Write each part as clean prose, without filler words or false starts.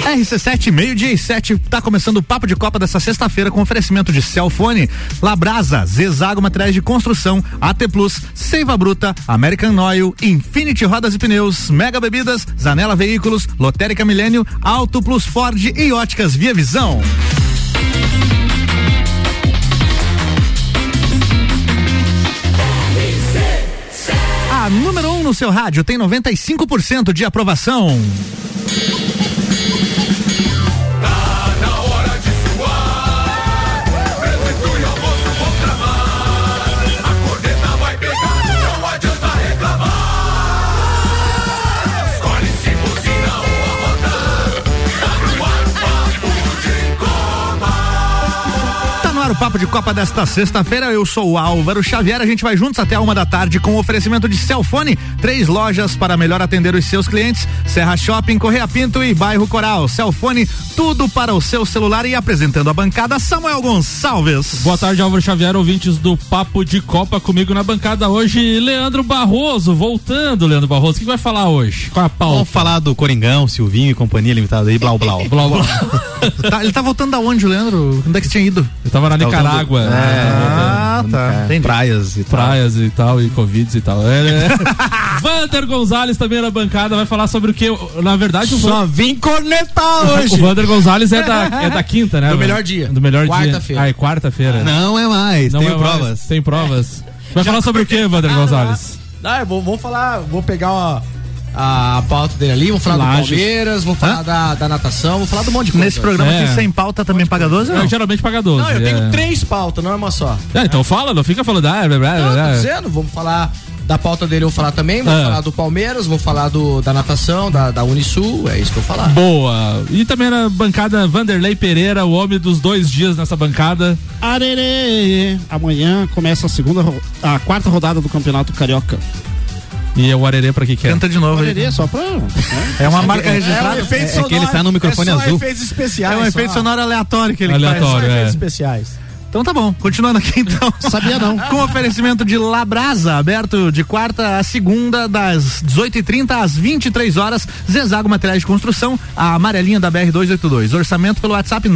RC7, meio-dia e 7, tá começando o Papo de Copa dessa sexta-feira com oferecimento de Celfone, Labrasa, Zezago Materiais de Construção, AT Plus, Seiva Bruta, American Oil, Infinity Rodas e Pneus, Mega Bebidas, Zanela Veículos, Lotérica Milênio, Auto Plus Ford e Óticas Via Visão. A número 1 no seu rádio tem 95% de aprovação. O Papo de Copa desta sexta-feira, eu sou o Álvaro Xavier, a gente vai juntos até 1h com o oferecimento de Celfone, 3 lojas para melhor atender os seus clientes, Serra Shopping, Correia Pinto e Bairro Coral. Celfone, tudo para o seu celular. E apresentando a bancada, Samuel Gonçalves. Boa tarde, Álvaro Xavier, ouvintes do Papo de Copa. Comigo na bancada hoje, Leandro Barroso, voltando, Leandro Barroso, o que vai falar hoje? Qual a pauta? Vamos falar do Coringão, Silvinho e companhia limitada aí, blau blau. Blau blau. Ele tá voltando da onde, Leandro? Onde é que você tinha ido? Eu tava na Nicarágua. Tá. Praias e tal, e Covid e tal. Vander Gonzalez também na bancada, vai falar sobre o que, na verdade, só vim cornetar hoje. O Vander Gonzalez é da quinta, né? Do melhor dia. Do melhor quarta-feira. dia. É quarta-feira. Não é mais, provas. Tem provas. Vai falar sobre o que, Vander Gonzalez? Vamos falar, vou pegar a pauta dele ali, vamos falar do Palmeiras, vamos falar da natação, vamos falar do monte de coisa. Nesse programa aqui sem pauta também paga 12 ou não? Geralmente paga 12. Não, eu tenho 3 pautas, não é uma só. Então fala, não fica falando. Tô dizendo, vamos falar da pauta dele, eu vou falar também, vou falar do Palmeiras, vou falar da natação, da Unisul, é isso que eu vou falar. Boa. E também na bancada, Vanderlei Pereira, o homem dos 2 dias nessa bancada. Arerê! Amanhã começa a quarta rodada do Campeonato Carioca. E o Arerê pra que é? Canta de novo. O Arerê só pra... É uma marca registrada. É que ele tá no microfone azul. Efeitos especiais. É um efeito sonoro aleatório que ele faz. Aleatório, efeitos especiais. Então tá bom, continuando aqui então. Sabia não. Com oferecimento de Labrasa, aberto de quarta a segunda, das 18h30 às 23 horas. Zezago Materiais de Construção, a amarelinha da BR-282. Orçamento pelo WhatsApp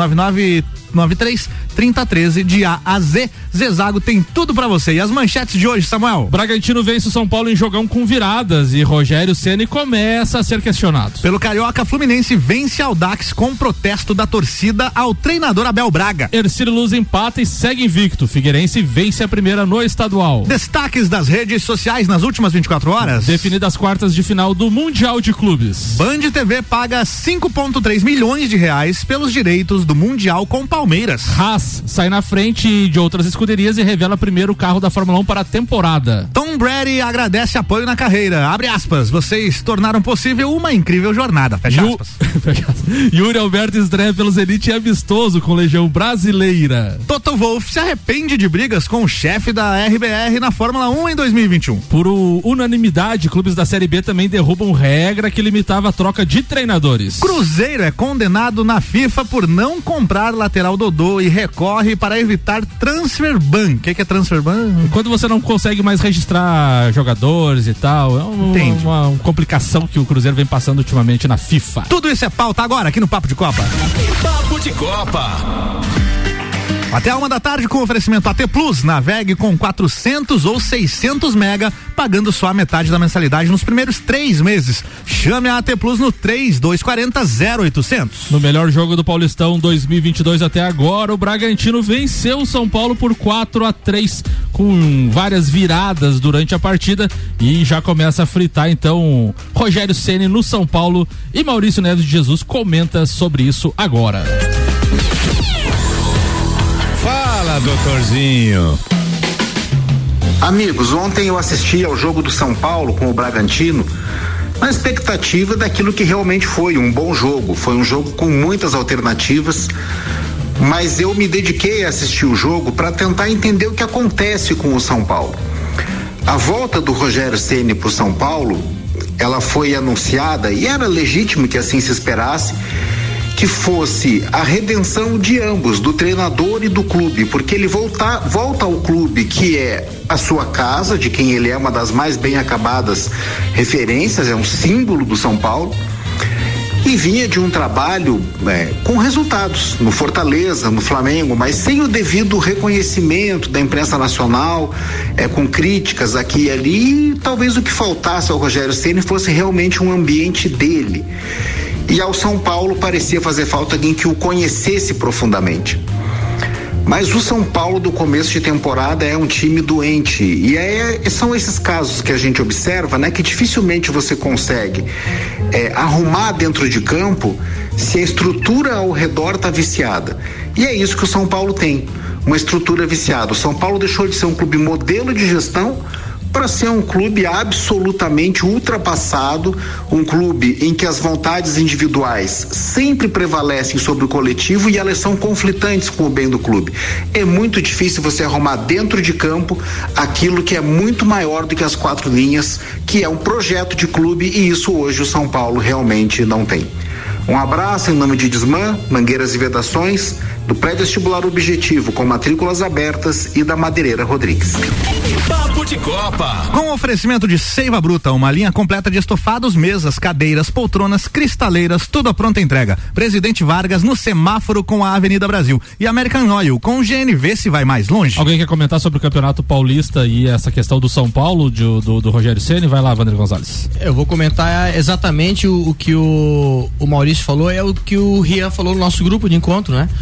99993-3013 de A a Z. Zezago tem tudo pra você. E as manchetes de hoje, Samuel? Bragantino vence o São Paulo em jogão com viradas e Rogério Ceni começa a ser questionado. Pelo Carioca, Fluminense vence Audax com protesto da torcida ao treinador Abel Braga. Ercílio Luz empata e segue invicto. Figueirense vence a primeira no estadual. Destaques das redes sociais nas últimas 24 horas. Definidas as quartas de final do Mundial de Clubes. Band TV paga 5,3 milhões de reais pelos direitos do Mundial com Palmeiras. Haas sai na frente de outras escuderias e revela primeiro carro da Fórmula 1 para a temporada. Tom Brady agradece apoio na carreira. Abre aspas. Vocês tornaram possível uma incrível jornada. Fecha aspas. Yuri Alberto estreia pelo Zenit e amistoso com Legião Brasileira. Toto Wolff se arrepende de brigas com o chefe da RBR na Fórmula 1 em 2021. Por unanimidade, clubes da Série B também derrubam regra que limitava a troca de treinadores. Cruzeiro é condenado na FIFA por não comprar lateral Dodô e recorre para evitar transfer ban. O que é transfer ban? Quando você não consegue mais registrar jogadores e tal, é uma complicação que o Cruzeiro vem passando ultimamente na FIFA. Tudo isso é pauta agora aqui no Papo de Copa. Papo de Copa. Até 1h com oferecimento AT Plus, navegue com 400 ou 600 mega, pagando só a metade da mensalidade nos primeiros 3 meses. Chame a AT Plus no 3240-0800. No melhor jogo do Paulistão 2022 até agora, o Bragantino venceu o São Paulo por 4-3, com várias viradas durante a partida, e já começa a fritar então Rogério Ceni no São Paulo, e Maurício Neves de Jesus comenta sobre isso agora. Fala, doutorzinho. Amigos, ontem eu assisti ao jogo do São Paulo com o Bragantino na expectativa daquilo que realmente foi um bom jogo. Foi um jogo com muitas alternativas, mas eu me dediquei a assistir o jogo para tentar entender o que acontece com o São Paulo. A volta do Rogério Ceni para o São Paulo, ela foi anunciada e era legítimo que assim se esperasse, que fosse a redenção de ambos, do treinador e do clube, porque ele volta ao clube que é a sua casa, de quem ele é uma das mais bem acabadas referências, é um símbolo do São Paulo, e vinha de um trabalho com resultados no Fortaleza, no Flamengo, mas sem o devido reconhecimento da imprensa nacional, com críticas aqui e ali, e talvez o que faltasse ao Rogério Ceni fosse realmente um ambiente dele. E ao São Paulo parecia fazer falta alguém que o conhecesse profundamente. Mas o São Paulo do começo de temporada é um time doente, e são esses casos que a gente observa, né, que dificilmente você consegue arrumar dentro de campo se a estrutura ao redor está viciada. E é isso que o São Paulo tem, uma estrutura viciada. O São Paulo deixou de ser um clube modelo de gestão para ser um clube absolutamente ultrapassado, um clube em que as vontades individuais sempre prevalecem sobre o coletivo e elas são conflitantes com o bem do clube. É muito difícil você arrumar dentro de campo aquilo que é muito maior do que as 4 linhas, que é um projeto de clube, e isso hoje o São Paulo realmente não tem. Um abraço em nome de Desmã, Mangueiras e Vedações, do pré-vestibular Objetivo com matrículas abertas e da Madeireira Rodrigues. Papo de Copa. Com oferecimento de Seiva Bruta, uma linha completa de estofados, mesas, cadeiras, poltronas, cristaleiras, tudo à pronta entrega. Presidente Vargas no semáforo com a Avenida Brasil. E American Oil, com o GNV se vai mais longe. Alguém quer comentar sobre o Campeonato Paulista e essa questão do São Paulo, do Rogério Ceni? Vai lá, Wander Gonzalez. Eu vou comentar exatamente o que o Maurício falou, é o que o Rian falou no nosso grupo de encontro, né?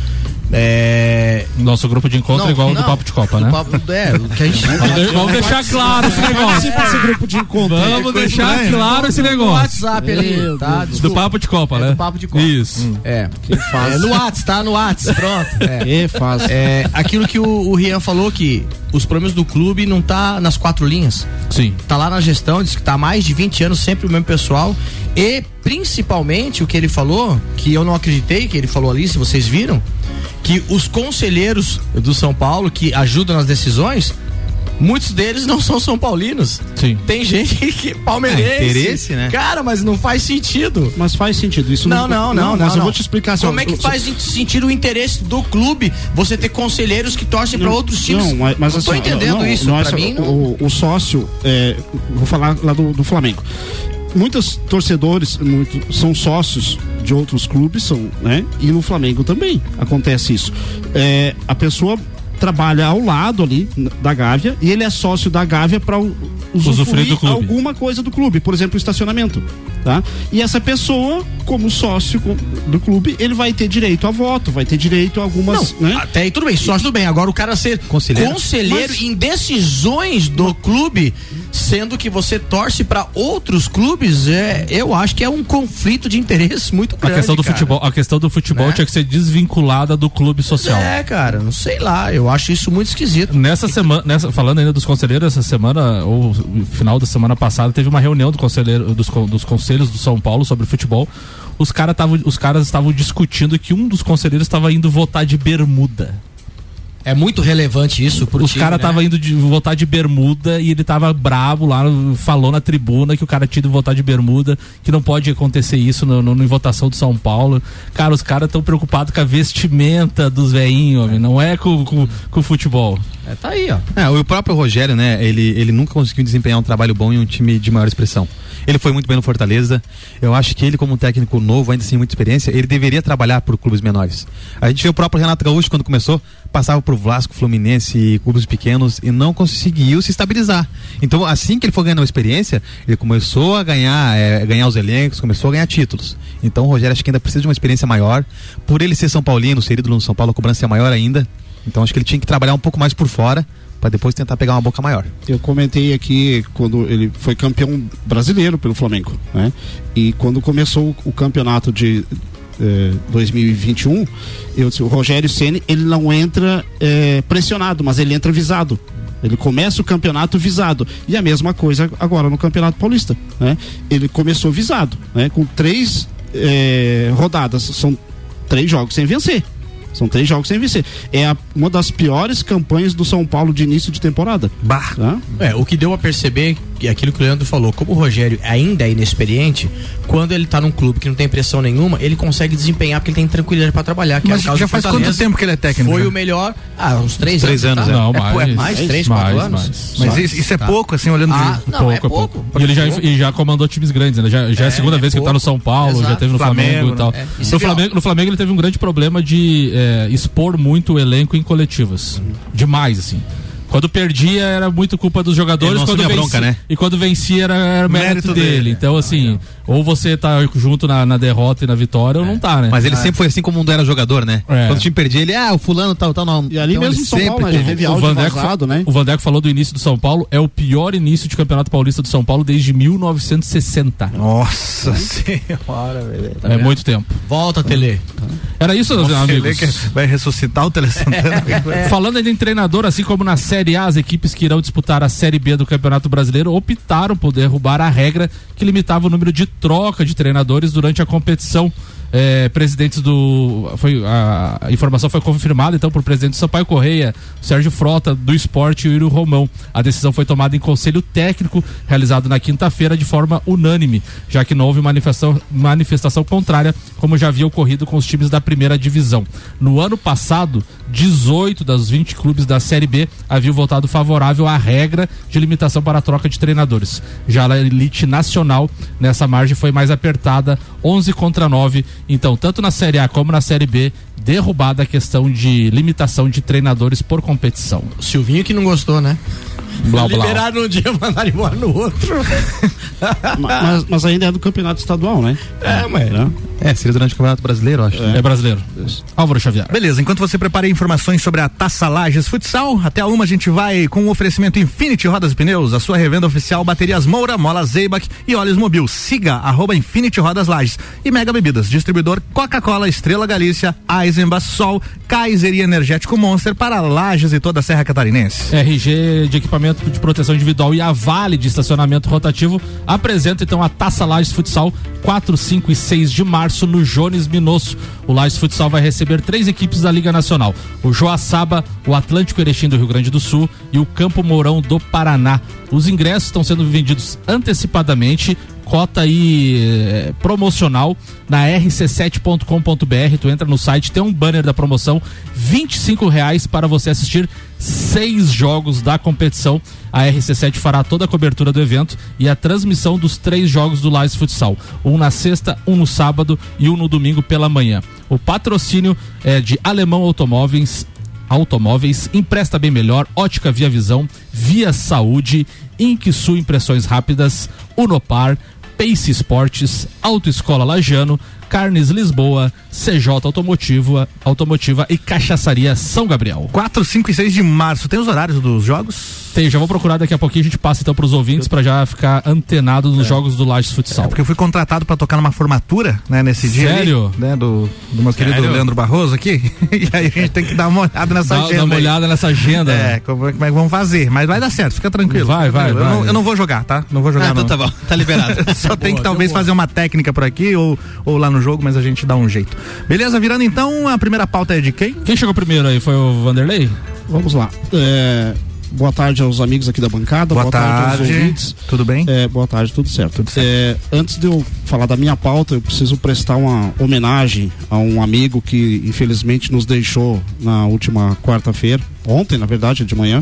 Nosso grupo de encontro é igual ao do Papo de Copa, né? O que a gente... Vamos deixar claro esse negócio. Esse grupo de encontro. Vamos deixar claro esse negócio. No WhatsApp ali, tá? Do Papo de Copa, né? Do Papo de Copa. Isso. No WhatsApp, tá? No WhatsApp, pronto. Que fácil. Aquilo que o Rian falou, que os problemas do clube não tá nas 4 linhas. Sim. Tá lá na gestão, diz que tá há mais de 20 anos sempre o mesmo pessoal, e principalmente o que ele falou, que eu não acreditei que ele falou ali, se vocês viram, que os conselheiros do São Paulo que ajudam nas decisões, muitos deles não são são paulinos. Sim. Tem gente que palmeirense. Interesse, né? Cara, mas não faz sentido. Mas faz sentido. Isso Não. Mas eu vou te explicar. Como é que faz sentido o interesse do clube você ter conselheiros que torcem para outros times? Não, mas não tô assim, entendendo isso. Pra mim, não. O sócio, vou falar lá do Flamengo. Muitos torcedores são sócios de outros clubes, né? E no Flamengo também acontece isso. A trabalha ao lado ali da Gávea e ele é sócio da Gávea para usufruir alguma coisa do clube, por exemplo, o estacionamento, tá? E essa pessoa, como sócio do clube, ele vai ter direito a voto, vai ter direito a algumas, não, né? Até aí tudo bem, sócio tudo bem. Agora o cara ser conselheiro em decisões do clube, sendo que você torce para outros clubes, eu acho que é um conflito de interesse muito grande. A questão do futebol né? Tinha que ser desvinculada do clube social. Cara, não sei lá, eu acho isso muito esquisito. Falando ainda dos conselheiros, essa semana, ou final da semana passada, teve uma reunião dos conselhos do São Paulo sobre futebol. Os caras estavam discutindo que um dos conselheiros estava indo votar de bermuda. É muito relevante isso pro Os caras estavam indo votar de bermuda e ele tava brabo lá, falou na tribuna que o cara tinha ido votar de bermuda, que não pode acontecer isso em votação do São Paulo. Cara, os caras estão preocupados com a vestimenta dos veinhos, não é com o futebol. Tá aí, ó. O próprio Rogério, né, ele nunca conseguiu desempenhar um trabalho bom em um time de maior expressão. Ele foi muito bem no Fortaleza. Eu acho que ele, como técnico novo, ainda sem muita experiência, ele deveria trabalhar por clubes menores. A gente vê o próprio Renato Gaúcho, quando começou, passava por Vasco, Fluminense e clubes pequenos e não conseguiu se estabilizar. Então, assim que ele foi ganhando experiência, ele começou a ganhar os elencos, começou a ganhar títulos. Então, o Rogério acho que ainda precisa de uma experiência maior. Por ele ser São Paulino, ser ídolo no São Paulo, a cobrança é maior ainda. Então, acho que ele tinha que trabalhar um pouco mais por fora, para depois tentar pegar uma boca maior. Eu comentei aqui quando ele foi campeão brasileiro pelo Flamengo, né? E quando começou o campeonato de 2021, eu disse, o Rogério Ceni, ele não entra pressionado, mas ele entra visado. Ele começa o campeonato visado. E a mesma coisa agora no Campeonato Paulista, né? Ele começou visado, né? Com 3 rodadas, são 3 jogos sem vencer. São 3 jogos sem vencer. É uma das piores campanhas do São Paulo de início de temporada. Tá? O que deu a perceber aquilo que o Leandro falou, como o Rogério ainda é inexperiente, quando ele tá num clube que não tem pressão nenhuma, ele consegue desempenhar porque ele tem tranquilidade pra trabalhar. Que Mas já faz quanto tempo que ele é técnico? Foi o melhor, uns 3 anos. Tá? Não, mais 3, 4 anos. Mas isso é pouco, assim, olhando de pouco. E ele já comandou times grandes, né? Já é a segunda vez que ele tá no São Paulo, já teve no Flamengo e tal. No Flamengo ele teve um grande problema de expor muito o elenco em coletivas. Demais, assim. Quando perdia era muito culpa dos jogadores, quando vencia, bronca, né? E quando vencia era mérito dele. Então, assim, ou você tá junto na derrota e na vitória, ou não tá, né? Mas ele sempre foi assim como não era jogador, né? Quando o time perdia, ele, o fulano tal, não. E ali então, mesmo em São Paulo, né? Teve áudio vazado, né? O Vandeco falou do início do São Paulo, é o pior início de Campeonato Paulista do São Paulo desde 1960. Nossa senhora, velho. É muito tempo. Volta, Tele. Era isso, amigos. Vai ressuscitar o Tele Santana. Falando ainda em treinador, assim como na Série A, as equipes que irão disputar a Série B do Campeonato Brasileiro optaram por derrubar a regra que limitava o número de troca de treinadores durante a competição. A informação foi confirmada então por presidente do Sampaio Correia, Sérgio Frota, do Sport e o Iro Romão. A decisão foi tomada em conselho técnico realizado na quinta-feira de forma unânime, já que não houve manifestação contrária, como já havia ocorrido com os times da primeira divisão. No ano passado, 18 dos 20 clubes da Série B haviam votado favorável à regra de limitação para a troca de treinadores. Já a elite nacional, nessa margem foi mais apertada, 11-9. Então, tanto na Série A como na Série B, derrubada a questão de limitação de treinadores por competição. Silvinho que não gostou, né? Liberaram um dia, mandaram embora no outro. mas ainda é do campeonato estadual, né? Seria durante o Campeonato Brasileiro, acho. É brasileiro. Álvaro Xavier. Beleza, enquanto você prepara informações sobre a Taça Lages Futsal, até a 1 a gente vai com o oferecimento Infinity Rodas e Pneus, a sua revenda oficial, baterias Moura, Mola Zeibach e óleos Mobil. Siga @Infinity Rodas Lages e Mega Bebidas, distribuidor Coca-Cola, Estrela Galícia, Eisenbach, Sol, Kaiser e Energético Monster para Lages e toda a Serra Catarinense. RG de equipamento de proteção individual e a Vale de estacionamento rotativo apresenta então a Taça Lages Futsal 4, 5 e 6 de março no Jones Minosso. O Lages Futsal vai receber 3 equipes da Liga Nacional: o Joaçaba, o Atlântico Erechim do Rio Grande do Sul e o Campo Mourão do Paraná. Os ingressos estão sendo vendidos antecipadamente, cota aí promocional na rc7.com.br. Tu entra no site, tem um banner da promoção, R$25 para você assistir 6 jogos da competição. A RC7 fará toda a cobertura do evento e a transmissão dos 3 jogos do Lages Futsal, um na sexta, um no sábado e um no domingo pela manhã. O patrocínio é de Alemão Automóveis, Empresta Bem Melhor, Ótica Via Visão, Via Saúde, Inquisul Impressões Rápidas, Unopar, Pace Esportes, Autoescola Lagiano, Carnes Lisboa, CJ Automotiva e Cachaçaria São Gabriel. 4, 5 e 6 de março. Tem os horários dos jogos? Tem, já vou procurar daqui a pouquinho, a gente passa então pros ouvintes pra já ficar antenado nos jogos do Lages Futsal. Porque eu fui contratado pra tocar numa formatura, né, nesse dia. Sério? Ali, né, do meu querido Leandro Barroso aqui. E aí a gente tem que dar uma olhada nessa agenda. Dá uma olhada nessa agenda. Como é que vamos fazer? Mas vai dar certo, fica tranquilo. Vai. Eu não vou jogar, tá? Não vou jogar, não. Então tá bom, tá liberado. Só tem que talvez fazer uma técnica por aqui ou lá no jogo, mas a gente dá um jeito. Beleza, virando então, a primeira pauta é de quem? Quem chegou primeiro aí? Foi o Vanderlei? Vamos lá. Boa tarde aos amigos aqui da bancada. Boa tarde aos ouvintes. Tudo bem? Boa tarde, tudo certo. Antes de eu falar da minha pauta, eu preciso prestar uma homenagem a um amigo que infelizmente nos deixou na última quarta-feira, ontem na verdade, de manhã.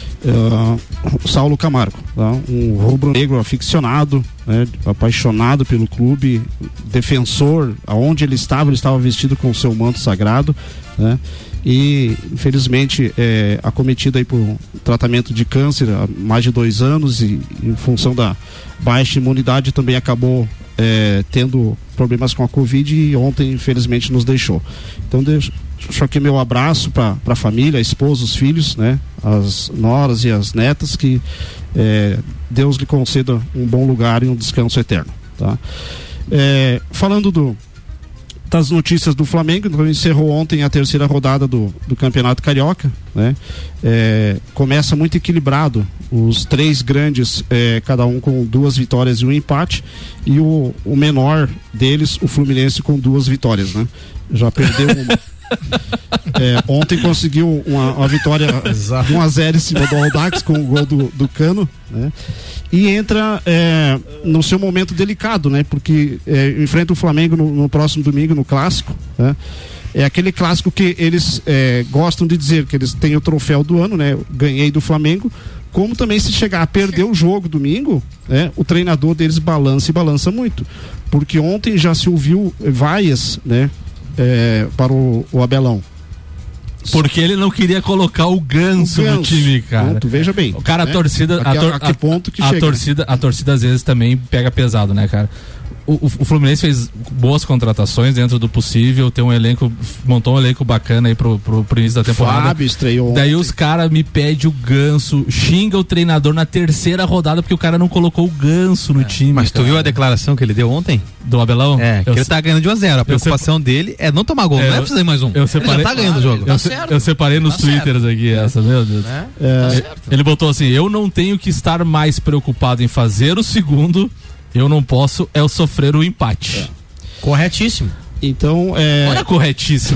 Saulo Camargo, tá? Um rubro-negro aficionado, né? Apaixonado pelo clube, defensor. Aonde ele estava vestido com o seu manto sagrado, né? E infelizmente acometido aí por tratamento de câncer há mais de 2 anos e em função da baixa imunidade também acabou tendo problemas com a Covid e ontem infelizmente nos deixou. Então deixo aqui meu abraço para a família, a esposa, os filhos, né? As noras e as netas, que Deus lhe conceda um bom lugar e um descanso eterno, tá? Falando das notícias do Flamengo, então encerrou ontem a 3ª rodada do Campeonato Carioca, né? Começa muito equilibrado, os 3 grandes, cada um com 2 vitórias e um empate, e o menor deles, o Fluminense, com 2 vitórias, né? Já perdeu uma. Ontem conseguiu uma vitória 1-0 em cima do Audax com o gol do Cano, né? E entra no seu momento delicado, né? Porque enfrenta o Flamengo no próximo domingo, no clássico, né? É aquele clássico que eles gostam de dizer que eles têm o troféu do ano, né? Ganhei do Flamengo. Como também, se chegar a perder o jogo domingo, né? O treinador deles balança muito. Porque ontem já se ouviu vaias, né? Para o Abelão. Porque ele não queria colocar o Ganso no time, cara. Ponto, veja bem. O cara, a torcida. A que ponto que chega? A torcida às vezes também pega pesado, né, cara? O Fluminense fez boas contratações dentro do possível, tem um elenco, montou um elenco bacana aí pro início da temporada. Fábio estreou Daí ontem. os caras me pedem o Ganso, xinga o treinador na terceira rodada porque o cara não colocou o Ganso no time. Mas tu viu a declaração que ele deu ontem? Do Abelão? Que ele tá ganhando de 1-0. A preocupação dele é não tomar gol, não é fazer mais um. Eu separei, ele já tá ganhando o jogo. Eu separei nos twitters aqui essa, meu Deus. Ele botou assim: eu não tenho que estar mais preocupado em fazer o segundo, eu não posso sofrer o empate. Corretíssimo. Então, Olha, corretíssimo.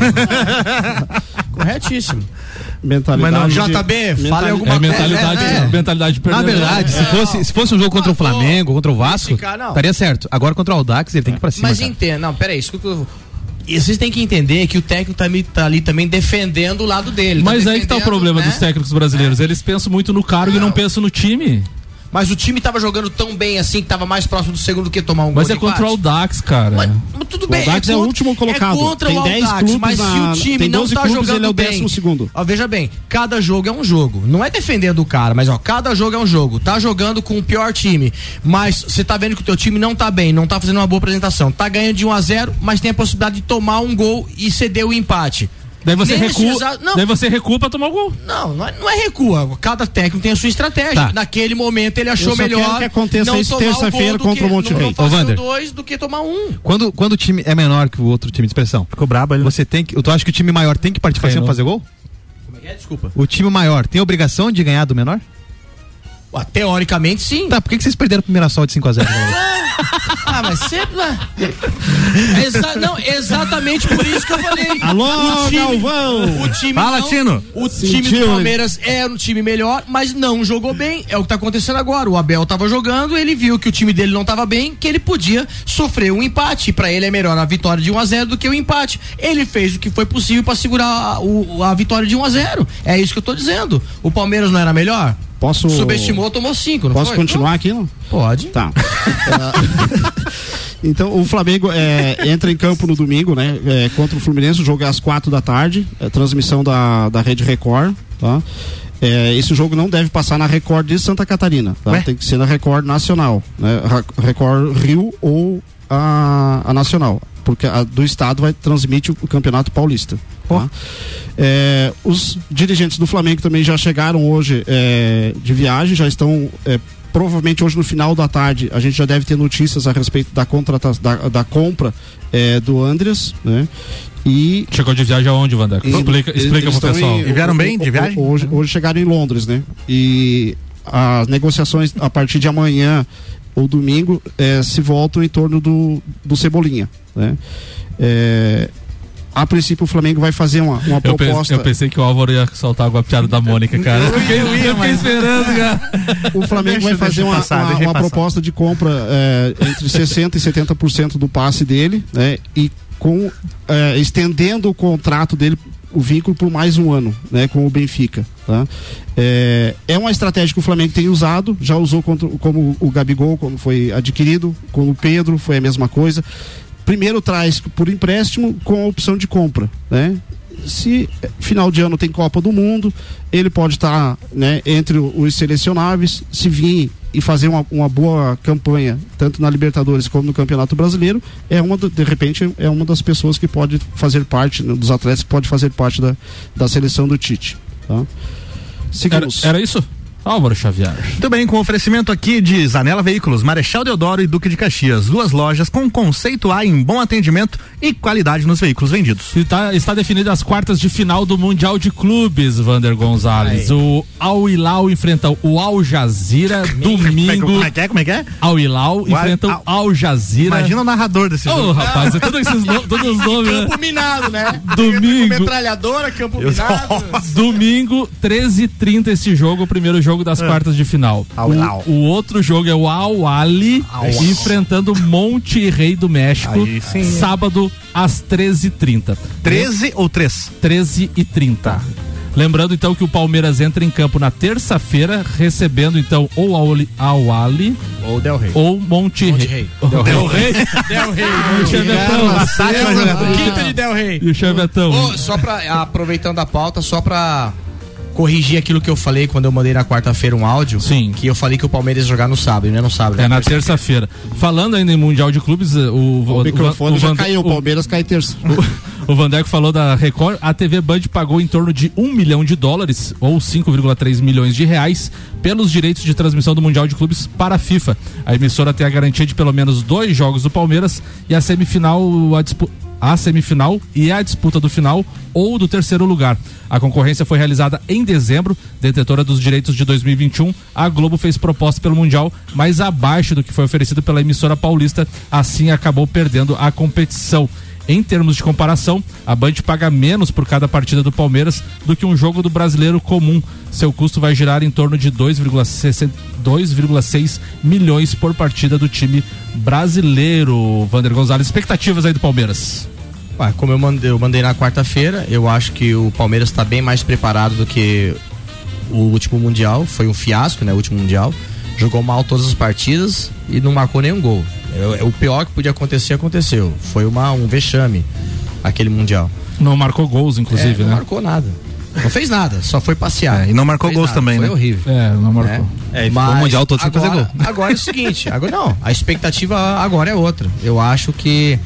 Corretíssimo. Mentalidade. Mas não, JB, fala alguma coisa. Mentalidade Na verdade, se fosse um jogo contra o Flamengo, contra o Vasco, estaria certo. Agora contra o Audax, ele tem que ir pra cima. Mas entenda, não, peraí, vocês têm que entender que o técnico tá ali também defendendo o lado dele. Mas aí que tá o problema dos técnicos brasileiros. Eles pensam muito no cargo e não pensam no time. Mas o time tava jogando tão bem assim que tava mais próximo do segundo do que tomar um gol. Mas é contra o Audax, cara. Mas tudo bem. O Audax é o último colocado. É contra tem o 10 Audax, clubes mas se o time tem 12 não tá clubes, jogando ele é o bem. 12º. Ó, veja bem, cada jogo é um jogo. Não é defendendo o cara, mas cada jogo é um jogo. Tá jogando com o pior time, mas você tá vendo que o teu time não tá bem, não tá fazendo uma boa apresentação. Tá ganhando de 1-0, mas tem a possibilidade de tomar um gol e ceder o empate. Daí você recua pra tomar o gol. Não é recua. Cada técnico tem a sua estratégia. Tá. Naquele momento ele achou melhor. Quero que aconteça não isso terça-feira contra o Monte Rei. Não fazer 2 do que tomar 1. Quando o time é menor que o outro time de expressão, Ficou brabo ele. você tem que. Tu acha que o time maior tem que partir pra cima pra fazer gol? Como é que é? Desculpa. O time maior tem a obrigação de ganhar do menor? Teoricamente, sim. Tá, por que vocês perderam o primeiro assalto de 5-0? Mas sempre. Não, exatamente por isso que eu falei. Alô, Galvão! O time Fala, Tino! O time do Palmeiras era um time melhor, mas não jogou bem. É o que tá acontecendo agora. O Abel tava jogando, ele viu que o time dele não tava bem, que ele podia sofrer um empate. Pra ele é melhor a vitória de 1-0 do que o empate. Ele fez o que foi possível pra segurar a vitória de 1-0. É isso que eu tô dizendo. O Palmeiras não era melhor? Subestimou, tomou 5. Posso continuar aqui? Não? Pode. Tá. Então, o Flamengo entra em campo no domingo, né? Contra o Fluminense. O jogo é às 4 da tarde. Transmissão da Rede Record. Tá? Esse jogo não deve passar na Record de Santa Catarina. Tá? Tem que ser na Record Nacional. Né? Record Rio ou a Nacional. Porque a do estado vai transmitir o Campeonato Paulista. Tá? Os dirigentes do Flamengo também já chegaram hoje de viagem, já estão provavelmente hoje no final da tarde a gente já deve ter notícias a respeito da compra do Andreas, né? E chegou de viagem aonde, Vandeco? Explica pro pessoal. E vieram bem de viagem? Hoje chegaram em Londres, né? E as negociações a partir de amanhã ou domingo se voltam em torno do Cebolinha, né? A princípio o Flamengo vai fazer uma proposta. Eu pensei que o Álvaro ia soltar alguma piada da Mônica, cara. Eu fiquei esperando, cara. O Flamengo vai fazer uma proposta de compra entre 60% e 70% do passe dele, né? E estendendo o contrato dele, o vínculo, por mais um ano, né? Com o Benfica. Tá? É uma estratégia que o Flamengo tem usado, já usou como o Gabigol, quando foi adquirido, com o Pedro, foi a mesma coisa. Primeiro traz por empréstimo com a opção de compra, né? Se final de ano tem Copa do Mundo, ele pode estar, né, entre os selecionáveis. Se vir e fazer uma boa campanha, tanto na Libertadores como no Campeonato Brasileiro, de repente é uma das pessoas que pode fazer parte, né, dos atletas que pode fazer parte da seleção do Tite. Tá? Era isso? Álvaro Xavier. Muito bem, com oferecimento aqui de Zanela Veículos, Marechal Deodoro e Duque de Caxias. 2 lojas com conceito A em bom atendimento e qualidade nos veículos vendidos. Está definida as quartas de final do Mundial de Clubes, Vander Gonzalez. Aí. O Al Hilal enfrenta o Al Jazeera domingo. Como é que é? Al Hilal enfrenta o Al Jazeera. Imagina o narrador desse jogo. Rapaz, é todos os nomes. Campo minado, né? Domingo. Metralhadora, campo minado. Domingo, 13h30 esse jogo, o primeiro jogo das quartas de final. O outro jogo é o Al Ahly enfrentando o Monterrey do México, sábado às 13h30. 13 ou 3? 13h30. Lembrando então que o Palmeiras entra em campo na terça-feira, recebendo então ou Al Ahly ou Del Rey ou Monterrey. Del Rey. O Chevetão. Quinta de Del Rey. E o Chevetão. Só pra, aproveitando a pauta, só pra corrigir aquilo que eu falei quando eu mandei na quarta-feira um áudio. Sim. Que eu falei que o Palmeiras ia jogar no sábado, né? No sábado. É na terça-feira. Falando ainda em Mundial de Clubes, o microfone já caiu, o Palmeiras cai terça. O Vandeco falou da Record, a TV Band pagou em torno de $1 milhão, ou 5,3 milhões de reais, pelos direitos de transmissão do Mundial de Clubes para a FIFA. A emissora tem a garantia de pelo menos 2 jogos do Palmeiras e a semifinal e a disputa do final ou do terceiro lugar. A concorrência foi realizada em dezembro, detentora dos direitos de 2021. A Globo fez proposta pelo Mundial, mas abaixo do que foi oferecido pela emissora paulista, assim acabou perdendo a competição. Em termos de comparação, a Band paga menos por cada partida do Palmeiras do que um jogo do Brasileiro comum. Seu custo vai girar em torno de 2,6 milhões por partida do time brasileiro. Vander Gonzalez, expectativas aí do Palmeiras? Como eu mandei na quarta-feira, eu acho que o Palmeiras está bem mais preparado do que o último Mundial. Foi um fiasco, né? O último Mundial. Jogou mal todas as partidas e não marcou nenhum gol. O pior que podia acontecer, aconteceu. Foi um vexame, aquele Mundial. Não marcou gols, inclusive, né? Não marcou nada. Não fez nada, só foi passear. E não marcou gols nada, também, foi né? Foi horrível. Não marcou. Mas o Mundial todo sem fazer gol. Agora é o seguinte, a expectativa agora é outra. Eu acho que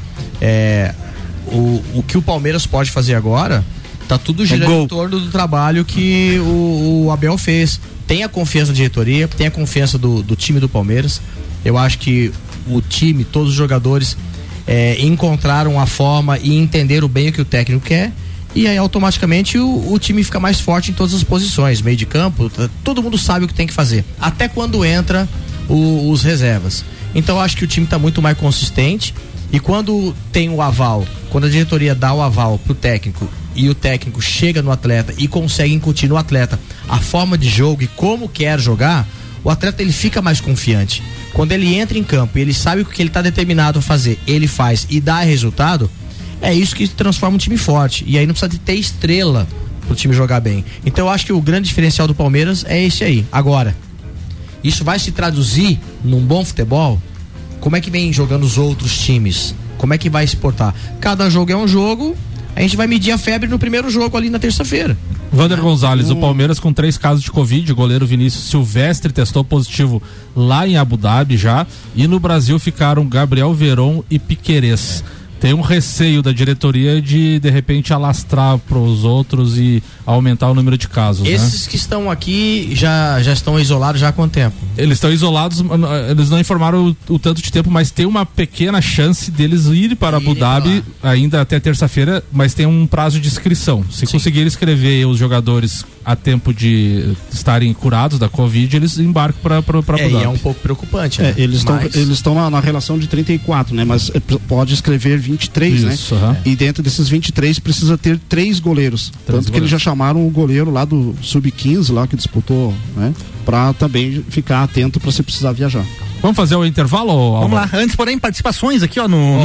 o que o Palmeiras pode fazer agora, tá tudo girando em torno do trabalho que o Abel fez. Tem a confiança da diretoria, tem a confiança do time do Palmeiras. Eu acho que o time, todos os jogadores encontraram a forma e entenderam bem o que o técnico quer, e aí automaticamente o time fica mais forte em todas as posições, meio de campo, todo mundo sabe o que tem que fazer, até quando entra os reservas. Então eu acho que o time está muito mais consistente, e quando tem o aval, quando a diretoria dá o aval pro técnico e o técnico chega no atleta e consegue incutir no atleta a forma de jogo e como quer jogar, o atleta ele fica mais confiante. Quando ele entra em campo e ele sabe o que ele está determinado a fazer, ele faz e dá resultado, é isso que transforma um time forte. E aí não precisa de ter estrela pro time jogar bem. Então eu acho que o grande diferencial do Palmeiras é esse aí. Agora, isso vai se traduzir num bom futebol? Como é que vem jogando os outros times? Como é que vai exportar? Cada jogo é um jogo, a gente vai medir a febre no primeiro jogo ali na terça-feira. Vander Gonzalez, o Palmeiras com 3 casos de Covid, o goleiro Vinícius Silvestre testou positivo lá em Abu Dhabi já, e no Brasil ficaram Gabriel Veron e Piquerez. Tem um receio da diretoria de repente alastrar para os outros e aumentar o número de casos. Esses que estão aqui já estão isolados já há quanto tempo? Eles estão isolados, eles não informaram o tanto de tempo, mas tem uma pequena chance deles ir para Abu Dhabi ainda até terça-feira, mas tem um prazo de inscrição. Se conseguirem escrever os jogadores a tempo de estarem curados da Covid, eles embarcam para Abu Dhabi. É um pouco preocupante, né? Eles estão na relação de 34, né? Mas pode escrever 23, isso, né? E dentro desses 23 precisa ter 3 goleiros. Tanto que eles já chamaram o goleiro lá do Sub-15, lá que disputou, né? Pra também ficar atento pra se precisar viajar. Vamos fazer o intervalo, Álvaro? Vamos lá, antes porém participações aqui no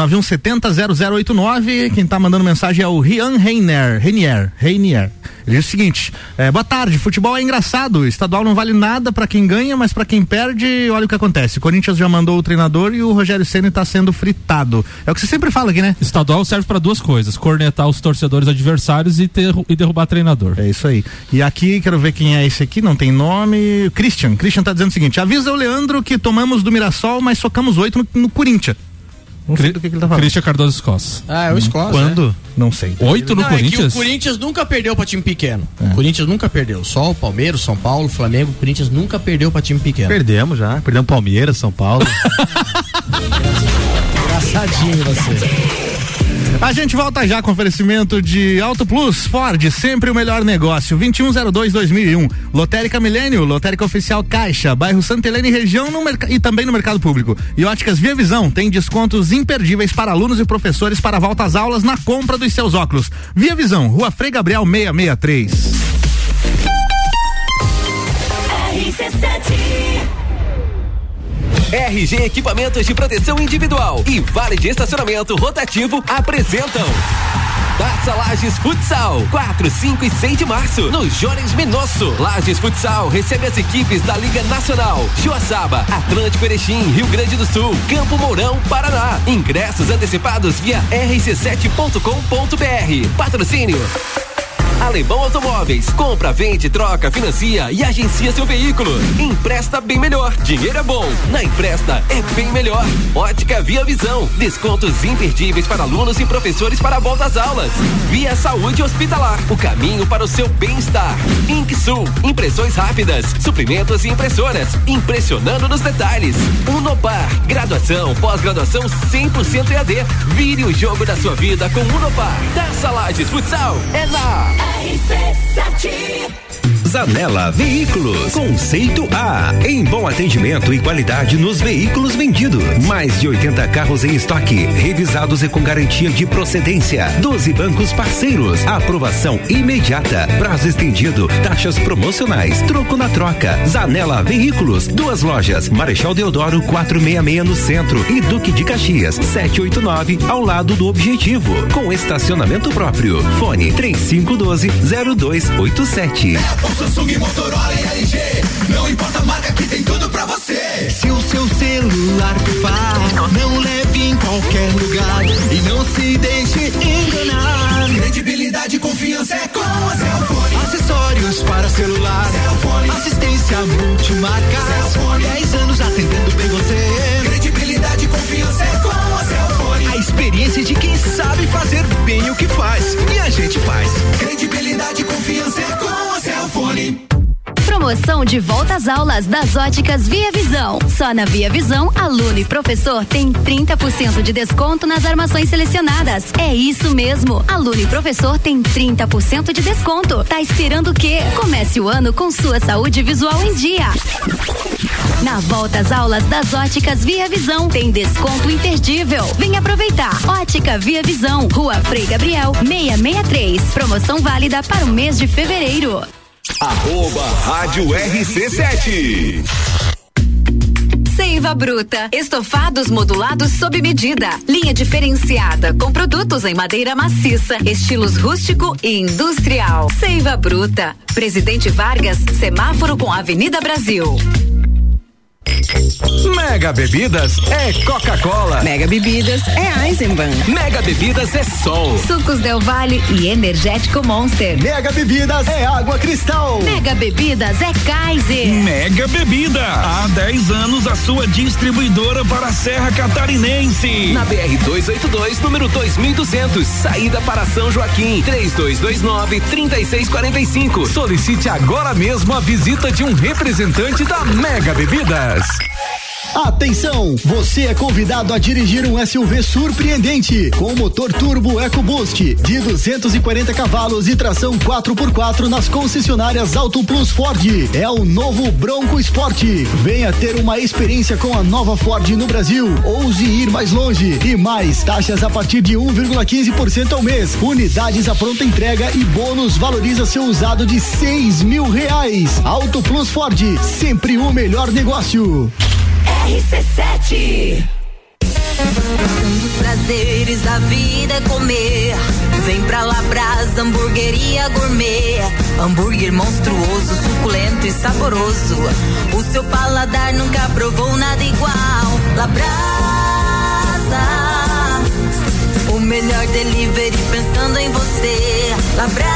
991700089, quem tá mandando mensagem é o Rian Reinier. Ele diz o seguinte, boa tarde, futebol é engraçado, estadual não vale nada pra quem ganha, mas pra quem perde, olha o que acontece, o Corinthians já mandou o treinador e o Rogério Ceni tá sendo fritado, é o que você sempre fala aqui, né? Estadual serve pra 2 coisas, cornetar os torcedores adversários e derrubar treinador. É isso aí, e aqui, quero ver quem é esse aqui, não tem nome, Christian tá dizendo o seguinte, avisa o Leandro que tomamos do Mirassol, mas socamos 8 no Corinthians. Não sei do que ele tá falando. Christian Cardoso Escócia. É o Escócia. Quando? Não sei. 8 no Não, Corinthians? É que o Corinthians nunca perdeu pra time pequeno. O Corinthians nunca perdeu. Só o Palmeiras, São Paulo, Flamengo, o Corinthians nunca perdeu pra time pequeno. Perdemos já. Perdemos Palmeiras, São Paulo. Engraçadinho você. A gente volta já com oferecimento de Auto Plus, Ford, sempre o melhor negócio, 2102-2001, Lotérica Milênio, Lotérica Oficial Caixa, bairro Santa Helena e região e também no mercado público. E Óticas Via Visão, tem descontos imperdíveis para alunos e professores para volta às aulas na compra dos seus óculos. Via Visão, Rua Frei Gabriel 663. RG Equipamentos de Proteção Individual e Vale de Estacionamento Rotativo apresentam Taça Lages Futsal, 4, 5 e 6 de março, no Jones Minosso. Lages Futsal recebe as equipes da Liga Nacional, Joaçaba, Atlântico Erechim, Rio Grande do Sul, Campo Mourão, Paraná. Ingressos antecipados via rc7.com.br. Patrocínio Alemão Automóveis, compra, vende, troca, financia e agencia seu veículo. Empresta bem melhor, dinheiro é bom, na Empresta é bem melhor. Ótica Via Visão, descontos imperdíveis para alunos e professores para a volta às aulas. Via Saúde Hospitalar, o caminho para o seu bem-estar. Inksul, impressões rápidas, suprimentos e impressoras, impressionando nos detalhes. Unopar, graduação, pós-graduação 100% EAD. Vire o jogo da sua vida com Unopar. Taça Lages Futsal é na Zanela Veículos, conceito A, em bom atendimento e qualidade nos veículos vendidos. Mais de 80 carros em estoque, revisados e com garantia de procedência. 12 bancos parceiros, aprovação imediata, prazo estendido, taxas promocionais, troco na troca. Zanela Veículos, 2 lojas, Marechal Deodoro 466 no centro e Duque de Caxias 789 ao lado do Objetivo, com estacionamento próprio. Fone 3512-0287. Samsung, Motorola e LG, não importa a marca que tem tudo pra você. Se o seu celular pifar, não leve em qualquer lugar e não se deixe enganar. Credibilidade e confiança é com a Cellfone. Acessórios para celular, Cellfone. Assistência multimarca, Cellfone. 10 anos atendendo bem você. Credibilidade e confiança é com a Cellfone. A experiência de quem sabe fazer bem o que faz e a gente faz. Credibilidade e confiança é com a Cellfone. Promoção de volta às aulas das Óticas Via Visão. Só na Via Visão, aluno e professor tem 30% de desconto nas armações selecionadas. É isso mesmo, aluno e professor tem 30% de desconto. Tá esperando o quê? Comece o ano com sua saúde visual em dia. Na volta às aulas das Óticas Via Visão, tem desconto imperdível. Vem aproveitar. Ótica Via Visão, Rua Frei Gabriel 663. Promoção válida para o mês de fevereiro. @Rádio RC7. Seiva Bruta, estofados modulados sob medida, linha diferenciada com produtos em madeira maciça, estilos rústico e industrial. Seiva Bruta, Presidente Vargas, semáforo com Avenida Brasil. Mega Bebidas é Coca-Cola. Mega Bebidas é Eisenbahn. Mega Bebidas é Sol. Sucos Del Valle e Energético Monster. Mega Bebidas é Água Cristal. Mega Bebidas é Kaiser. Mega Bebida, há 10 anos a sua distribuidora para a Serra Catarinense. Na BR-282, número 2200, saída para São Joaquim, 3229-3645. Solicite agora mesmo a visita de um representante da Mega Bebidas. Atenção, você é convidado a dirigir um SUV surpreendente com motor turbo EcoBoost de 240 cavalos e tração 4x4 nas concessionárias Auto Plus Ford. É o novo Bronco Sport. Venha ter uma experiência com a nova Ford no Brasil. Ouse ir mais longe e mais taxas a partir de 1,15% ao mês. Unidades à pronta entrega e bônus valoriza seu usado de R$6.000. Auto Plus Ford, sempre o melhor negócio. RC7. Um dos prazeres da vida é comer. Vem pra Labrasa, hamburgueria gourmet. Hambúrguer monstruoso, suculento e saboroso. O seu paladar nunca provou nada igual. Labrasa, o melhor delivery pensando em você. Labrasa,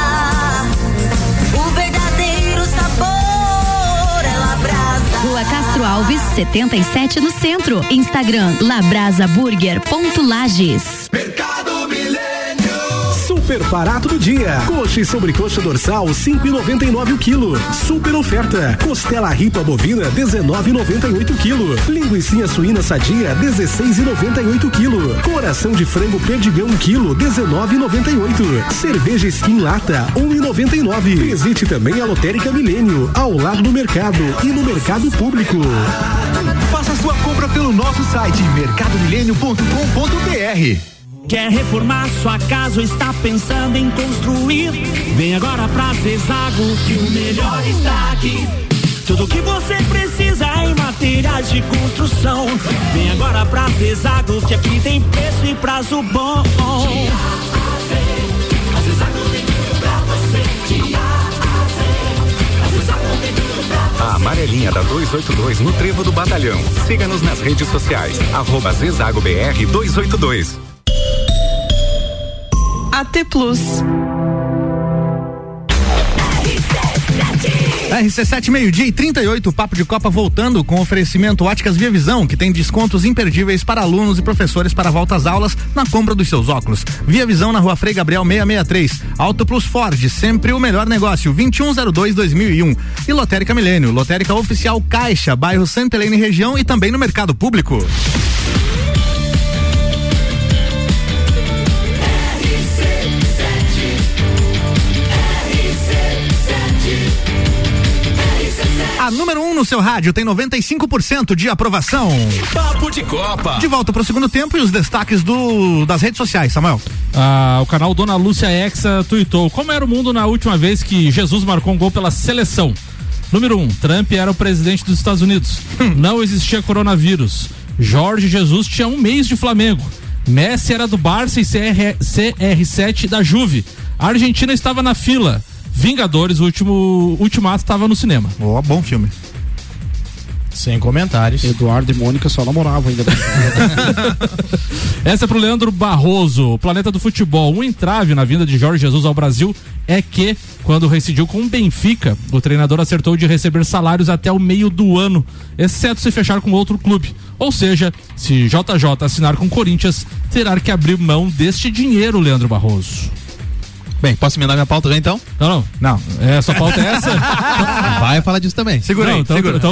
o verdadeiro sabor é Labrasa. Rua Castro Alves, 77 no centro. Instagram labrasaburger.lages. Mercado Milênio. Super barato do dia. Coxa e sobrecoxa dorsal 5,99 o quilo. Super oferta. Costela ripa bovina 19,98 o quilo. Linguiça suína sadia 16,98 o quilo. Coração de frango perdigão 1 quilo 19,98. Cerveja Skin lata 1,99. Visite também a Lotérica Milênio ao lado do mercado e no mercado público. Faça sua compra pelo nosso site mercadomilênio.com.br. Quer reformar sua casa ou está pensando em construir? Vem agora pra Zezago que o melhor está aqui. Tudo que você precisa em materiais de construção. Vem agora pra Zezago que aqui tem preço e prazo bom. A Zezago tem tudo pra você. A amarelinha da 282 no Trevo do Batalhão. Siga-nos nas redes sociais. @ZezagoBR 282. AT Plus. RC7 meio-dia e 38, Papo de Copa voltando com oferecimento Óticas Via Visão, que tem descontos imperdíveis para alunos e professores para volta às aulas na compra dos seus óculos. Via Visão na Rua Frei Gabriel 663. Auto Plus Ford, sempre o melhor negócio, 2102-2001. E Lotérica Milênio, Lotérica Oficial Caixa, bairro Santa Helena e região e também no mercado público. A número 1 no seu rádio tem 95% de aprovação. Papo de Copa. De volta para o segundo tempo e os destaques das redes sociais, Samuel. O canal Dona Lúcia Hexa tuitou: como era o mundo na última vez que Jesus marcou um gol pela seleção? Número 1, Trump era o presidente dos Estados Unidos. Não existia coronavírus. Jorge Jesus tinha 1 mês de Flamengo. Messi era do Barça e CR7 da Juve. A Argentina estava na fila. Vingadores, o Ultimato, estava no cinema. Bom filme. Sem comentários. Eduardo e Mônica só namoravam ainda. Essa é pro Leandro Barroso, Planeta do Futebol. Um entrave na vinda de Jorge Jesus ao Brasil é que, quando reincidiu com o Benfica, o treinador acertou de receber salários até o meio do ano, exceto se fechar com outro clube. Ou seja, se JJ assinar com o Corinthians, terá que abrir mão deste dinheiro, Leandro Barroso. Bem, posso emendar minha pauta já então? Não. Sua pauta é essa? Vai falar disso também. Segura aí.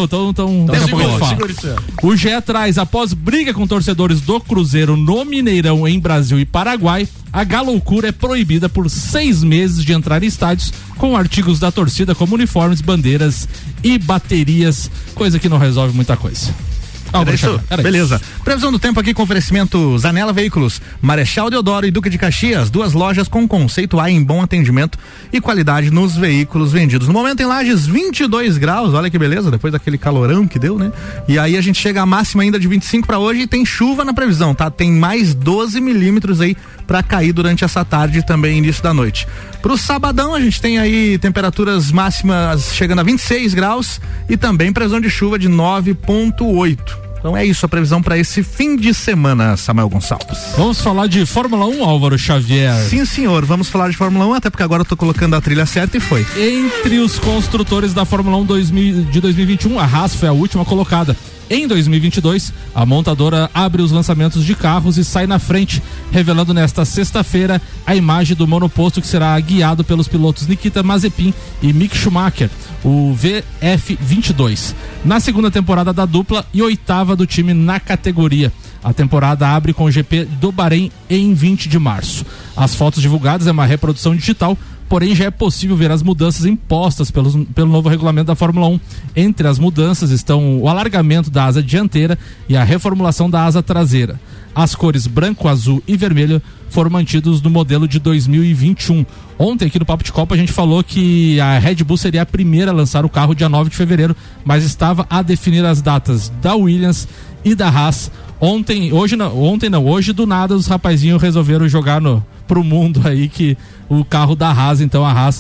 O GE traz: após briga com torcedores do Cruzeiro no Mineirão, em Brasil e Paraguai, a galoucura é proibida por 6 meses de entrar em estádios com artigos da torcida como uniformes, bandeiras e baterias, coisa que não resolve muita coisa. Beleza. Previsão do tempo aqui com oferecimento Zanela Veículos, Marechal Deodoro e Duque de Caxias, 2 lojas com conceito A em bom atendimento e qualidade nos veículos vendidos. No momento em Lages, 22 graus, olha que beleza, depois daquele calorão que deu, né? E aí a gente chega a máxima ainda de 25 para hoje e tem chuva na previsão, tá? Tem mais 12 milímetros aí para cair durante essa tarde e também início da noite. Pro sabadão a gente tem aí temperaturas máximas chegando a 26 graus e também previsão de chuva de 9,8. Então é isso a previsão para esse fim de semana, Samuel Gonçalves. Vamos falar de Fórmula 1, Álvaro Xavier? Sim, senhor, vamos falar de Fórmula 1, até porque agora eu tô colocando a trilha certa e foi. Entre os construtores da Fórmula 1 de 2021, a Haas foi a última colocada. Em 2022, a montadora abre os lançamentos de carros e sai na frente, revelando nesta sexta-feira a imagem do monoposto que será guiado pelos pilotos Nikita Mazepin e Mick Schumacher, o VF22. Na segunda temporada da dupla e 8ª do time na categoria. A temporada abre com o GP do Bahrein em 20 de março. As fotos divulgadas é uma reprodução digital, porém já é possível ver as mudanças impostas pelo novo regulamento da Fórmula 1. Entre as mudanças estão o alargamento da asa dianteira e a reformulação da asa traseira. As cores branco, azul e vermelho foram mantidos no modelo de 2021. Ontem aqui no Papo de Copa a gente falou que a Red Bull seria a primeira a lançar o carro dia 9 de fevereiro, mas estava a definir as datas da Williams e da Haas. Hoje do nada os rapazinhos resolveram jogar pro mundo aí que o carro da Haas, então a Haas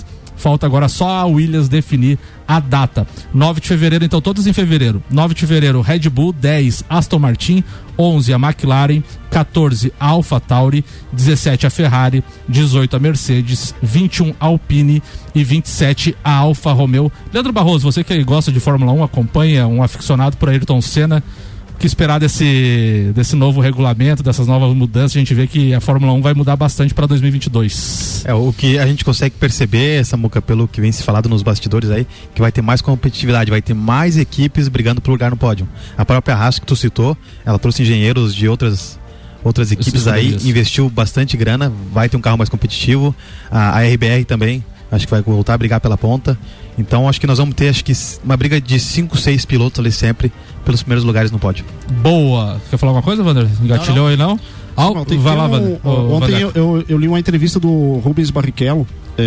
Falta agora só a Williams definir a data. 9 de fevereiro, então todos em fevereiro. 9 de fevereiro, Red Bull, 10, Aston Martin, 11, a McLaren, 14, a AlphaTauri, 17, a Ferrari, 18, a Mercedes, 21, a Alpine e 27, a Alfa Romeo. Leandro Barroso, você que gosta de Fórmula 1, acompanha, um aficionado por Ayrton Senna, o que esperar desse novo regulamento, dessas novas mudanças? A gente vê que a Fórmula 1 vai mudar bastante para 2022. O que a gente consegue perceber, Samuca, pelo que vem se falado nos bastidores aí, que vai ter mais competitividade, vai ter mais equipes brigando por lugar no pódio. A própria Haas que tu citou, ela trouxe engenheiros de outras equipes aí, investiu bastante grana, vai ter um carro mais competitivo. A RBR também, acho que vai voltar a brigar pela ponta. Então acho que nós vamos ter uma briga de 5, 6 pilotos ali sempre pelos primeiros lugares no pódio. Boa! Quer falar alguma coisa, Wander? Engatilhou aí não? Vai lá, Wander. Ontem eu li uma entrevista do Rubens Barrichello,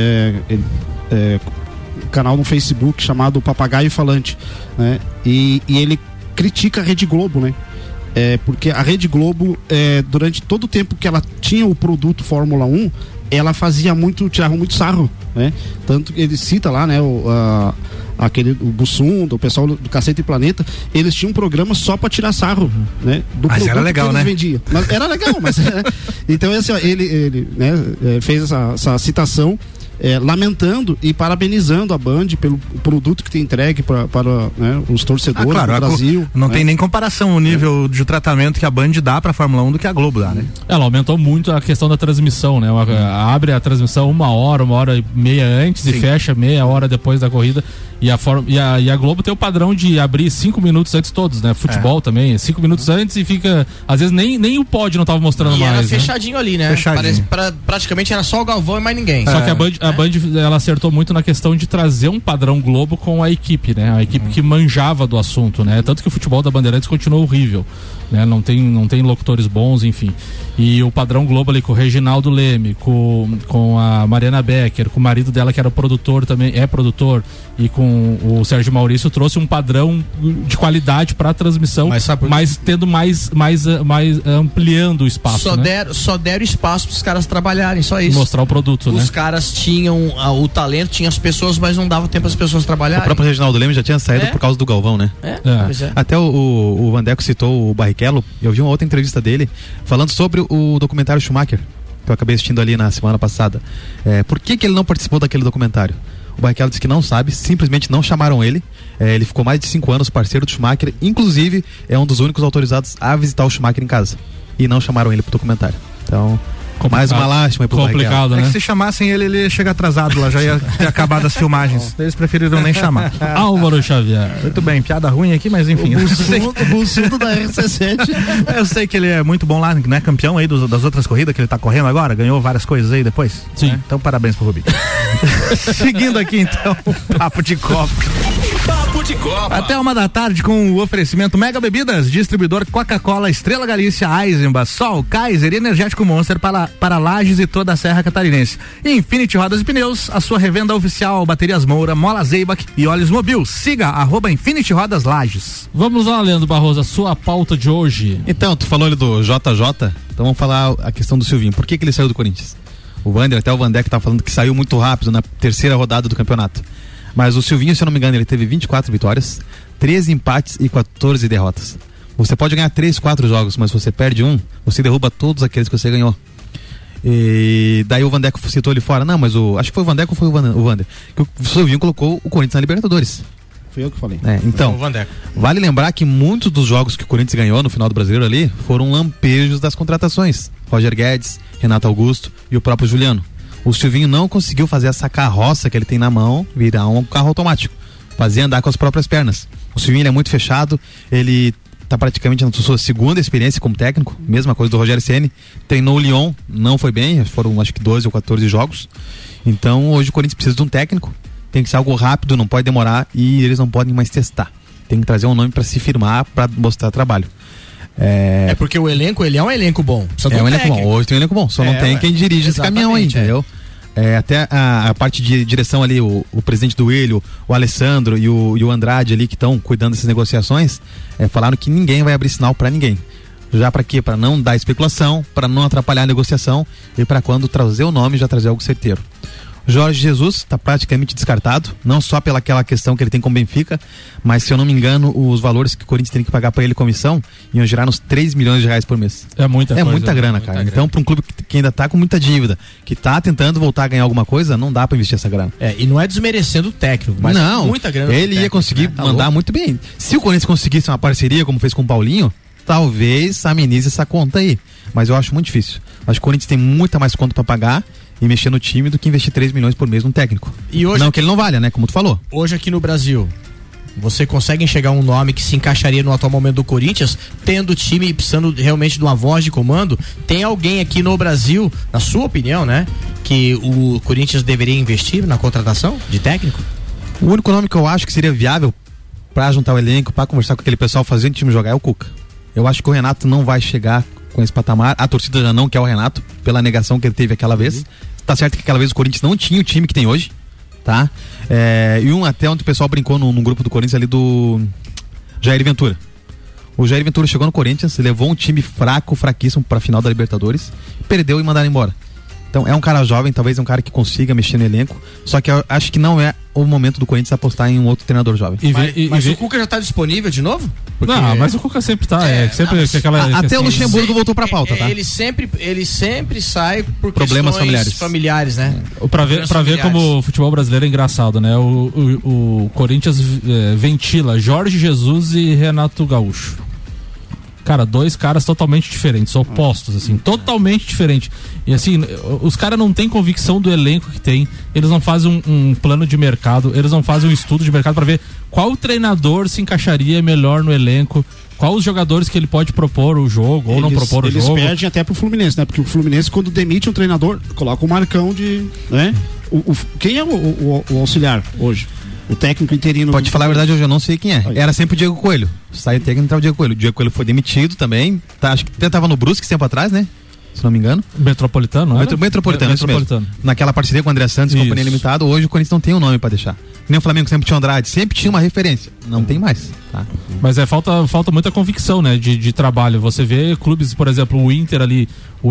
canal no Facebook chamado Papagaio Falante, né? E ele critica a Rede Globo, né? Porque a Rede Globo, durante todo o tempo que ela tinha o produto Fórmula 1, ela tirava muito sarro, né? Tanto que ele cita lá, né, o Bussunda, o pessoal do Cacete e Planeta, eles tinham um programa só pra tirar sarro, né? Do mas era legal, né? Vendiam. Mas era legal, mas então assim, ó, ele né, fez essa citação, lamentando e parabenizando a Band pelo produto que tem entregue para né, os torcedores do Brasil. Não tem nem comparação o nível de tratamento que a Band dá para a Fórmula 1 do que a Globo dá, né? Ela aumentou muito a questão da transmissão, né? Abre a transmissão 1 hora e meia antes. Sim. E fecha meia hora depois da corrida. E a Globo tem o padrão de abrir 5 minutos antes todos, né? Futebol também, 5 minutos antes e fica, às vezes nem o pódio não tava mostrando mais. Era fechadinho, né? Ali, né? Fechadinho. Praticamente era só o Galvão e mais ninguém. Só que a Band ela acertou muito na questão de trazer um padrão Globo com a equipe, né? A equipe que manjava do assunto, né? Tanto que o futebol da Bandeirantes continuou horrível, né? Não tem locutores bons, enfim. E o padrão Globo ali com o Reginaldo Leme, com a Mariana Becker, com o marido dela que era produtor também, produtor, e com o Sérgio Maurício, trouxe um padrão de qualidade para a transmissão, mas tendo mais ampliando o espaço. Só deram espaço para os caras trabalharem, só isso. Mostrar o produto, Os caras tinham o talento, tinham as pessoas, mas não dava tempo para as pessoas trabalharem. O próprio Reginaldo Leme já tinha saído por causa do Galvão, né? Até o Vandeco citou o Barrichello. Eu vi uma outra entrevista dele falando sobre o documentário Schumacher, que eu acabei assistindo ali na semana passada. Por que ele não participou daquele documentário? O Barrichello disse que não sabe, simplesmente não chamaram ele. Ele ficou mais de 5 anos parceiro do Schumacher, inclusive é um dos únicos autorizados a visitar o Schumacher em casa. E não chamaram ele pro documentário. Então, mais uma lástima pro complicado, Barrichello. né? Que se chamassem ele ia chegar atrasado lá, já ia ter acabado as filmagens. Eles preferiram nem chamar. Álvaro Xavier. Muito bem, piada ruim aqui, mas enfim. O Bussudo da RC7. Eu sei que ele é muito bom lá, né? Campeão aí das outras corridas que ele tá correndo agora, ganhou várias coisas aí depois. Sim. Né? Então parabéns pro Rubi. Seguindo aqui então, Papo de Copa. Papo de Copa. Até 1h da tarde com o oferecimento Mega Bebidas, distribuidor Coca-Cola, Estrela Galícia, Eisenbach, Sol, Kaiser e Energético Monster para Lages e toda a Serra Catarinense. E Infinity Rodas e Pneus, a sua revenda oficial, Baterias Moura, Mola Zeibach e Óleos Mobil. Siga @Infinity Rodas Lages. Vamos lá, Leandro Barroso, a sua pauta de hoje. Então, tu falou ali do JJ, então vamos falar a questão do Silvinho. Por que ele saiu do Corinthians? O Wander, até o Vandeco tá falando que saiu muito rápido na terceira rodada do campeonato. Mas o Silvinho, se eu não me engano, ele teve 24 vitórias, 13 empates e 14 derrotas. Você pode ganhar 3, 4 jogos, mas se você perde um, você derruba todos aqueles que você ganhou. E daí o Vandeco citou ele fora. Não, mas acho que foi o Vandeco ou foi o Vander? Que o Silvinho colocou o Corinthians na Libertadores. Foi eu que falei. Então, vale lembrar que muitos dos jogos que o Corinthians ganhou no final do Brasileiro ali foram lampejos das contratações. Roger Guedes, Renato Augusto e o próprio Juliano. O Silvinho não conseguiu fazer essa carroça que ele tem na mão virar um carro automático, fazer andar com as próprias pernas. O Silvinho ele é muito fechado, ele tá praticamente na sua segunda experiência como técnico, mesma coisa do Rogério Ceni. Treinou o Lyon, não foi bem, foram acho que 12 ou 14 jogos. Então hoje o Corinthians precisa de um técnico, tem que ser algo rápido, não pode demorar e eles não podem mais testar. Tem que trazer um nome para se firmar, para mostrar trabalho. Porque o elenco, ele é um elenco bom. É um elenco bom, hoje tem um elenco bom, só não tem quem dirige esse caminhão aí, entendeu? Até a parte de direção ali, o presidente do Willio, o Alessandro e o Andrade ali que estão cuidando dessas negociações, falaram que ninguém vai abrir sinal para ninguém. Já para quê? Para não dar especulação, para não atrapalhar a negociação e para quando trazer o nome já trazer algo certeiro. Jorge Jesus está praticamente descartado, não só pela aquela questão que ele tem com o Benfica, mas se eu não me engano, os valores que o Corinthians tem que pagar para ele comissão iam girar uns 3 milhões de reais por mês. É muita grana, cara. Então, para um clube que ainda tá com muita dívida, que tá tentando voltar a ganhar alguma coisa, não dá para investir essa grana. E não é desmerecendo o técnico, mas não, muita grana. Ele ia conseguir mandar muito bem. Se o Corinthians conseguisse uma parceria, como fez com o Paulinho, talvez amenize essa conta aí. Mas eu acho muito difícil. Acho que o Corinthians tem muita mais conta para pagar e mexer no time do que investir 3 milhões por mês num técnico. E hoje, não que ele não valha, né? Como tu falou. Hoje aqui no Brasil, você consegue enxergar um nome que se encaixaria no atual momento do Corinthians, tendo o time e precisando realmente de uma voz de comando? Tem alguém aqui no Brasil, na sua opinião, né, que o Corinthians deveria investir na contratação de técnico? O único nome que eu acho que seria viável pra juntar o elenco, pra conversar com aquele pessoal fazendo o time jogar é o Cuca. Eu acho que o Renato não vai chegar com esse patamar. A torcida já não quer o Renato, pela negação que ele teve aquela vez. Tá certo que aquela vez o Corinthians não tinha o time que tem hoje, tá? E até onde o pessoal brincou no grupo do Corinthians ali do Jair Ventura. O Jair Ventura chegou no Corinthians, levou um time fraquíssimo pra final da Libertadores, perdeu e mandaram embora. Então é um cara jovem, talvez é um cara que consiga mexer no elenco, só que eu acho que não é o momento do Corinthians apostar em um outro treinador jovem. Mas o Cuca já tá disponível de novo? Porque... Não, mas o Cuca sempre tá. Até o Luxemburgo voltou pra pauta, tá? Ele sempre sai por problemas familiares, né? Pra ver como o futebol brasileiro é engraçado, né? O Corinthians ventila Jorge Jesus e Renato Gaúcho. Cara, 2 caras totalmente diferentes, opostos, assim, totalmente diferentes. E assim, os caras não têm convicção do elenco que tem, eles não fazem um plano de mercado, eles não fazem um estudo de mercado para ver qual treinador se encaixaria melhor no elenco, quais os jogadores que ele pode propor o jogo ou não propor o jogo. Eles perdem até pro Fluminense, né? Porque o Fluminense, quando demite um treinador, coloca o Marcão de, né? Quem é o auxiliar hoje? O técnico interino. Pode falar a verdade, hoje eu não sei quem é. Era sempre o Diego Coelho. Sai o técnico e entrava o Diego Coelho. O Diego Coelho foi demitido também. Acho que até tava no Brusque tempo atrás, né? Se não me engano. Metropolitano, não é? Metropolitano. Naquela parceria com o André Santos e Companhia Limitada, hoje o Corinthians não tem um nome pra deixar. Nem o Flamengo sempre tinha Andrade, sempre tinha uma referência. Não tem mais, tá? Mas falta muita convicção, né? De trabalho. Você vê clubes, por exemplo, o Inter ali,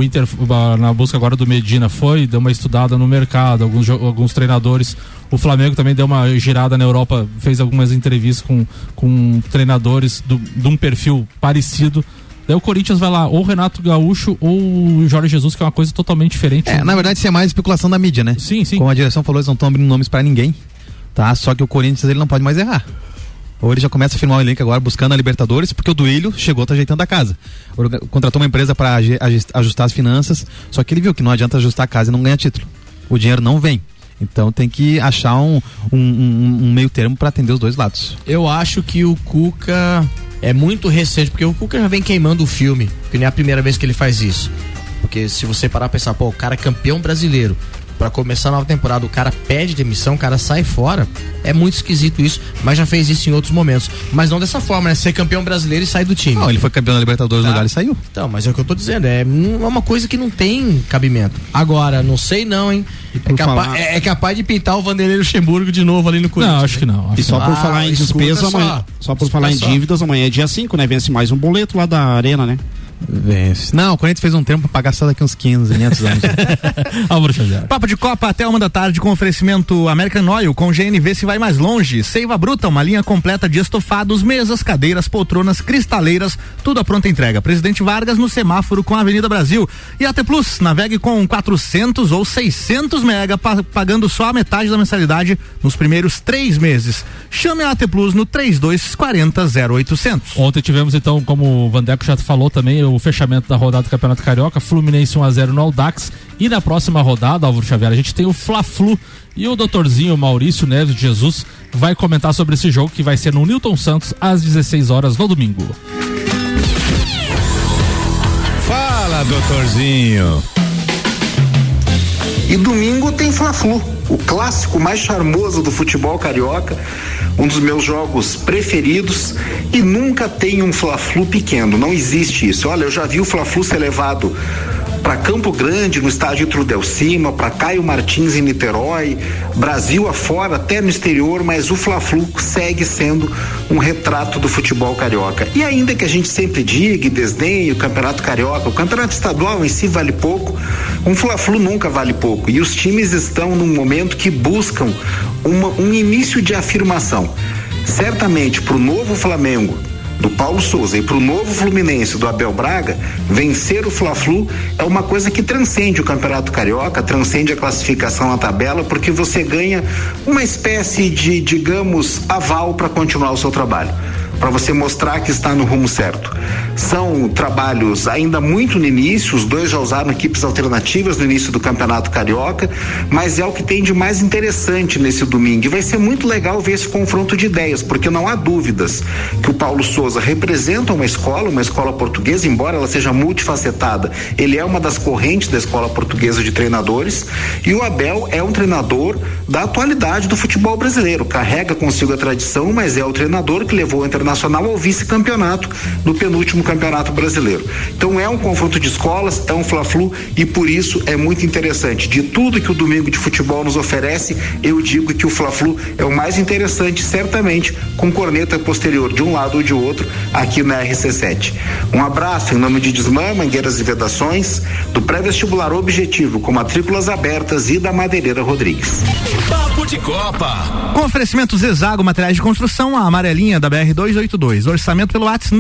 na busca agora do Medina deu uma estudada no mercado, alguns treinadores. O Flamengo também deu uma girada na Europa, fez algumas entrevistas com treinadores de um perfil parecido. Daí o Corinthians vai lá, ou o Renato Gaúcho ou o Jorge Jesus, que é uma coisa totalmente diferente. Na verdade isso é mais especulação da mídia, né? Sim. Como a direção falou, eles não estão abrindo nomes pra ninguém, tá? Só que o Corinthians, ele não pode mais errar. Ou ele já começa a firmar o elenco agora buscando a Libertadores, porque o Duílio chegou, tá ajeitando a casa. Contratou uma empresa pra ajustar as finanças, só que ele viu que não adianta ajustar a casa e não ganhar título. O dinheiro não vem. Então tem que achar um meio termo para atender os dois lados. Eu acho que o Cuca é muito recente, porque o Cuca já vem queimando o filme, que não é a primeira vez que ele faz isso. Porque se você parar pra pensar, o cara é campeão brasileiro, pra começar a nova temporada, o cara pede demissão, o cara sai fora, é muito esquisito isso, mas já fez isso em outros momentos. Mas não dessa forma, né? Ser campeão brasileiro e sair do time. Não, ele foi campeão da Libertadores no Galo e saiu. Então, mas é o que eu tô dizendo, é uma coisa que não tem cabimento. Agora, não sei não, hein? É capaz de pintar o Vanderlei Luxemburgo de novo ali no Corinthians. Não, acho que não. E só por falar em despesa, só por falar em dívidas, amanhã é dia 5, né? Vence mais um boleto lá da Arena, né? Vence. Não, o Corinthians fez um tempo pra pagar só daqui uns 500 anos. Papo de Copa até 1h da tarde com oferecimento American Oil. Com GNV se vai mais longe. Seiva Bruta, uma linha completa de estofados, mesas, cadeiras, poltronas, cristaleiras, tudo à pronta entrega. Presidente Vargas no semáforo com a Avenida Brasil. E AT Plus, navegue com 400 ou 600 mega, pagando só a metade da mensalidade nos primeiros 3 meses. Chame a AT Plus no 3240-0800. Ontem tivemos então, como o Vandeco já falou também, o fechamento da rodada do Campeonato Carioca, Fluminense 1-0 no Audax, e na próxima rodada, Álvaro Xavier, a gente tem o Fla-Flu, e o doutorzinho Maurício Neves de Jesus vai comentar sobre esse jogo que vai ser no Newton Santos às 16 horas no domingo. Fala, doutorzinho. E domingo tem Fla-Flu, o clássico mais charmoso do futebol carioca, um dos meus jogos preferidos, e nunca tem um Fla-Flu pequeno, não existe isso. Olha, eu já vi o Fla-Flu ser levado para Campo Grande, no estádio Trudelcima, para Caio Martins em Niterói, Brasil afora, até no exterior, mas o Fla-Flu segue sendo um retrato do futebol carioca. E ainda que a gente sempre diga e desdenhe o Campeonato Carioca, o Campeonato Estadual em si vale pouco, um Fla-Flu nunca vale pouco. E os times estão num momento que buscam um início de afirmação. Certamente para o novo Flamengo do Paulo Souza e para o novo Fluminense do Abel Braga, vencer o Fla-Flu é uma coisa que transcende o Campeonato Carioca, transcende a classificação na tabela, porque você ganha uma espécie de, digamos, aval para continuar o seu trabalho, para você mostrar que está no rumo certo. São trabalhos ainda muito no início, os dois já usaram equipes alternativas no início do Campeonato Carioca, mas é o que tem de mais interessante nesse domingo, e vai ser muito legal ver esse confronto de ideias, porque não há dúvidas que o Paulo Souza representa uma escola portuguesa, embora ela seja multifacetada, ele é uma das correntes da escola portuguesa de treinadores, e o Abel é um treinador da atualidade do futebol brasileiro, carrega consigo a tradição, mas é o treinador que levou o Internacional ao vice-campeonato do penúltimo Campeonato Brasileiro. Então é um confronto de escolas, é um Fla-Flu, e por isso é muito interessante. De tudo que o domingo de futebol nos oferece, eu digo que o Fla-Flu é o mais interessante, certamente, com corneta posterior de um lado ou de outro, aqui na RC7. Um abraço em nome de Desmã, Mangueiras e Vedações, do pré-vestibular Objetivo, com matrículas abertas, e da Madeireira Rodrigues. Papo de Copa. Com oferecimento Zezago Materiais de Construção, a amarelinha da BR-282. Orçamento pelo WhatsApp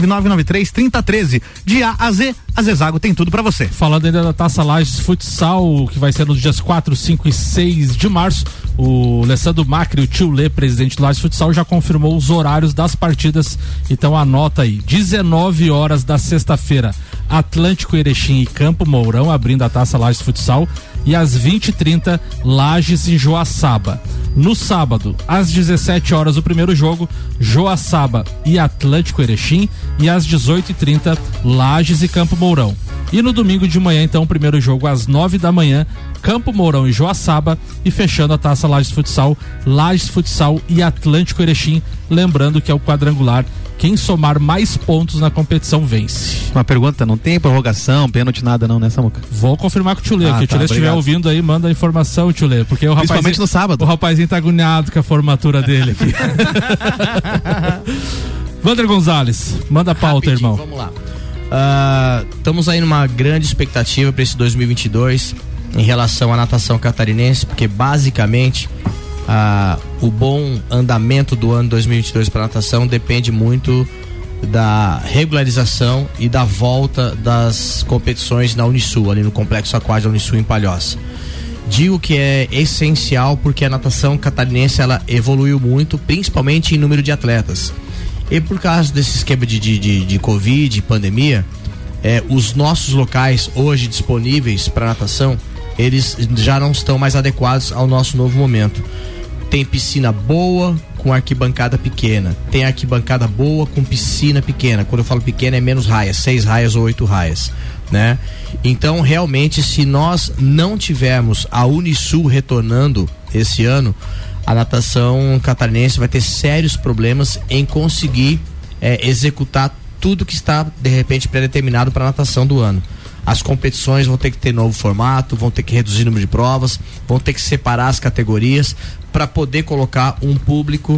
999933013. De A a Z, a Zezago tem tudo pra você. Falando ainda da Taça Lages Futsal, que vai ser nos dias 4, 5 e 6 de março, o Alessandro Macri, o tio Lê, presidente do Lages Futsal, já confirmou os horários das partidas, então anota aí. 19 horas da sexta-feira, Atlântico Erechim e Campo Mourão, abrindo a Taça Lages Futsal, e às 20h30, Lages e Joaçaba. No sábado, às 17 horas, o primeiro jogo, Joaçaba e Atlântico Erechim, e às 18h30, Lages e Campo Mourão. E no domingo de manhã, então, o primeiro jogo às 9 da manhã, Campo Mourão e Joaçaba, e fechando a Taça Lages Futsal e Atlântico Erechim, lembrando que é o quadrangular. Quem somar mais pontos na competição vence. Uma pergunta, não tem prorrogação, pênalti, nada não, né, Samuca? Vou confirmar com o Tio Lê, que o Tio Lê estiver ouvindo aí, manda a informação, Tio Lê, porque o rapaz, principalmente no sábado. O rapazinho tá agoniado com a formatura dele aqui. Wander Gonzalez, manda a pauta, irmão. Vamos lá. Estamos aí numa grande expectativa para esse 2022 em relação à natação catarinense, porque basicamente o bom andamento do ano 2022 para a natação depende muito da regularização e da volta das competições na Unisul, ali no Complexo Aquático da Unisul em Palhoça. Digo que é essencial porque a natação catarinense ela evoluiu muito, principalmente em número de atletas. E por causa desse esquema de Covid, pandemia, os nossos locais hoje disponíveis para natação, eles já não estão mais adequados ao nosso novo momento. Tem piscina boa com arquibancada pequena, tem arquibancada boa com piscina pequena. Quando eu falo pequena é menos raias, 6 raias ou 8 raias, né? Então realmente, se nós não tivermos a Unisul retornando esse ano, a natação catarinense vai ter sérios problemas em conseguir executar tudo que está de repente pré-determinado para a natação do ano. As competições vão ter que ter novo formato, vão ter que reduzir o número de provas, vão ter que separar as categorias para poder colocar um público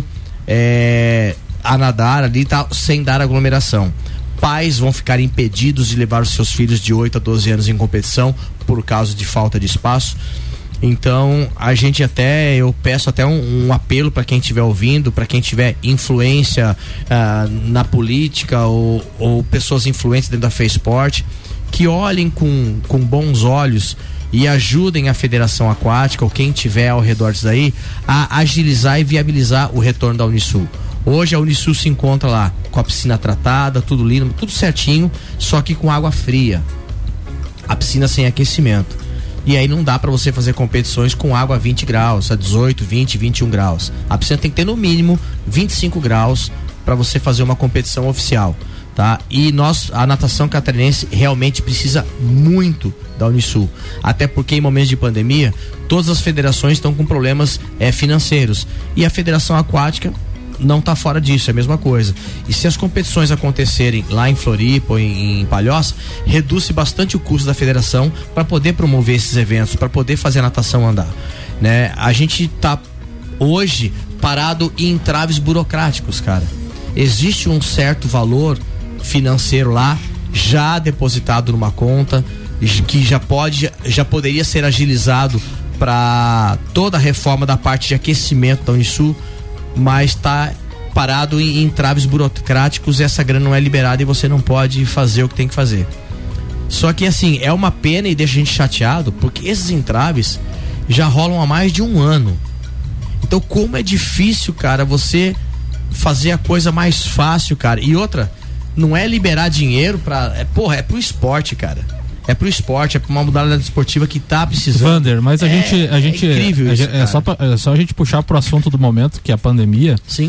a nadar ali, tá, sem dar aglomeração. Pais vão ficar impedidos de levar os seus filhos de 8 a 12 anos em competição por causa de falta de espaço. Então eu peço até um apelo para quem estiver ouvindo, para quem tiver influência na política ou pessoas influentes dentro da FESPORT, que olhem com bons olhos e ajudem a Federação Aquática ou quem tiver ao redor disso aí a agilizar e viabilizar o retorno da Unisul. Hoje a Unisul se encontra lá com a piscina tratada, tudo lindo, tudo certinho, só que com água fria, a piscina sem aquecimento. E aí não dá para você fazer competições com água a 20 graus, a 18, 20, 21 graus. A piscina tem que ter no mínimo 25 graus para você fazer uma competição oficial, tá? E a natação catarinense realmente precisa muito da Unisul, até porque em momentos de pandemia todas as federações estão com problemas financeiros, e a Federação Aquática não tá fora disso, é a mesma coisa. E se as competições acontecerem lá em Floripa ou em Palhoça, reduz bastante o custo da federação para poder promover esses eventos, para poder fazer a natação andar, né? A gente tá hoje parado em entraves burocráticos, cara. Existe um certo valor financeiro lá já depositado numa conta que já poderia ser agilizado para toda a reforma da parte de aquecimento da Unisul, mas está parado em entraves burocráticos. Essa grana não é liberada e você não pode fazer o que tem que fazer. Só que assim, é uma pena e deixa a gente chateado, porque esses entraves já rolam há mais de um ano. Então como é difícil, cara, você fazer a coisa mais fácil, cara. E outra, não é liberar dinheiro é pro esporte, cara. É pro esporte, é pra uma modalidade esportiva que tá precisando. Vander, mas a gente é incrível isso, é só a gente puxar pro assunto do momento, que é a pandemia. Sim.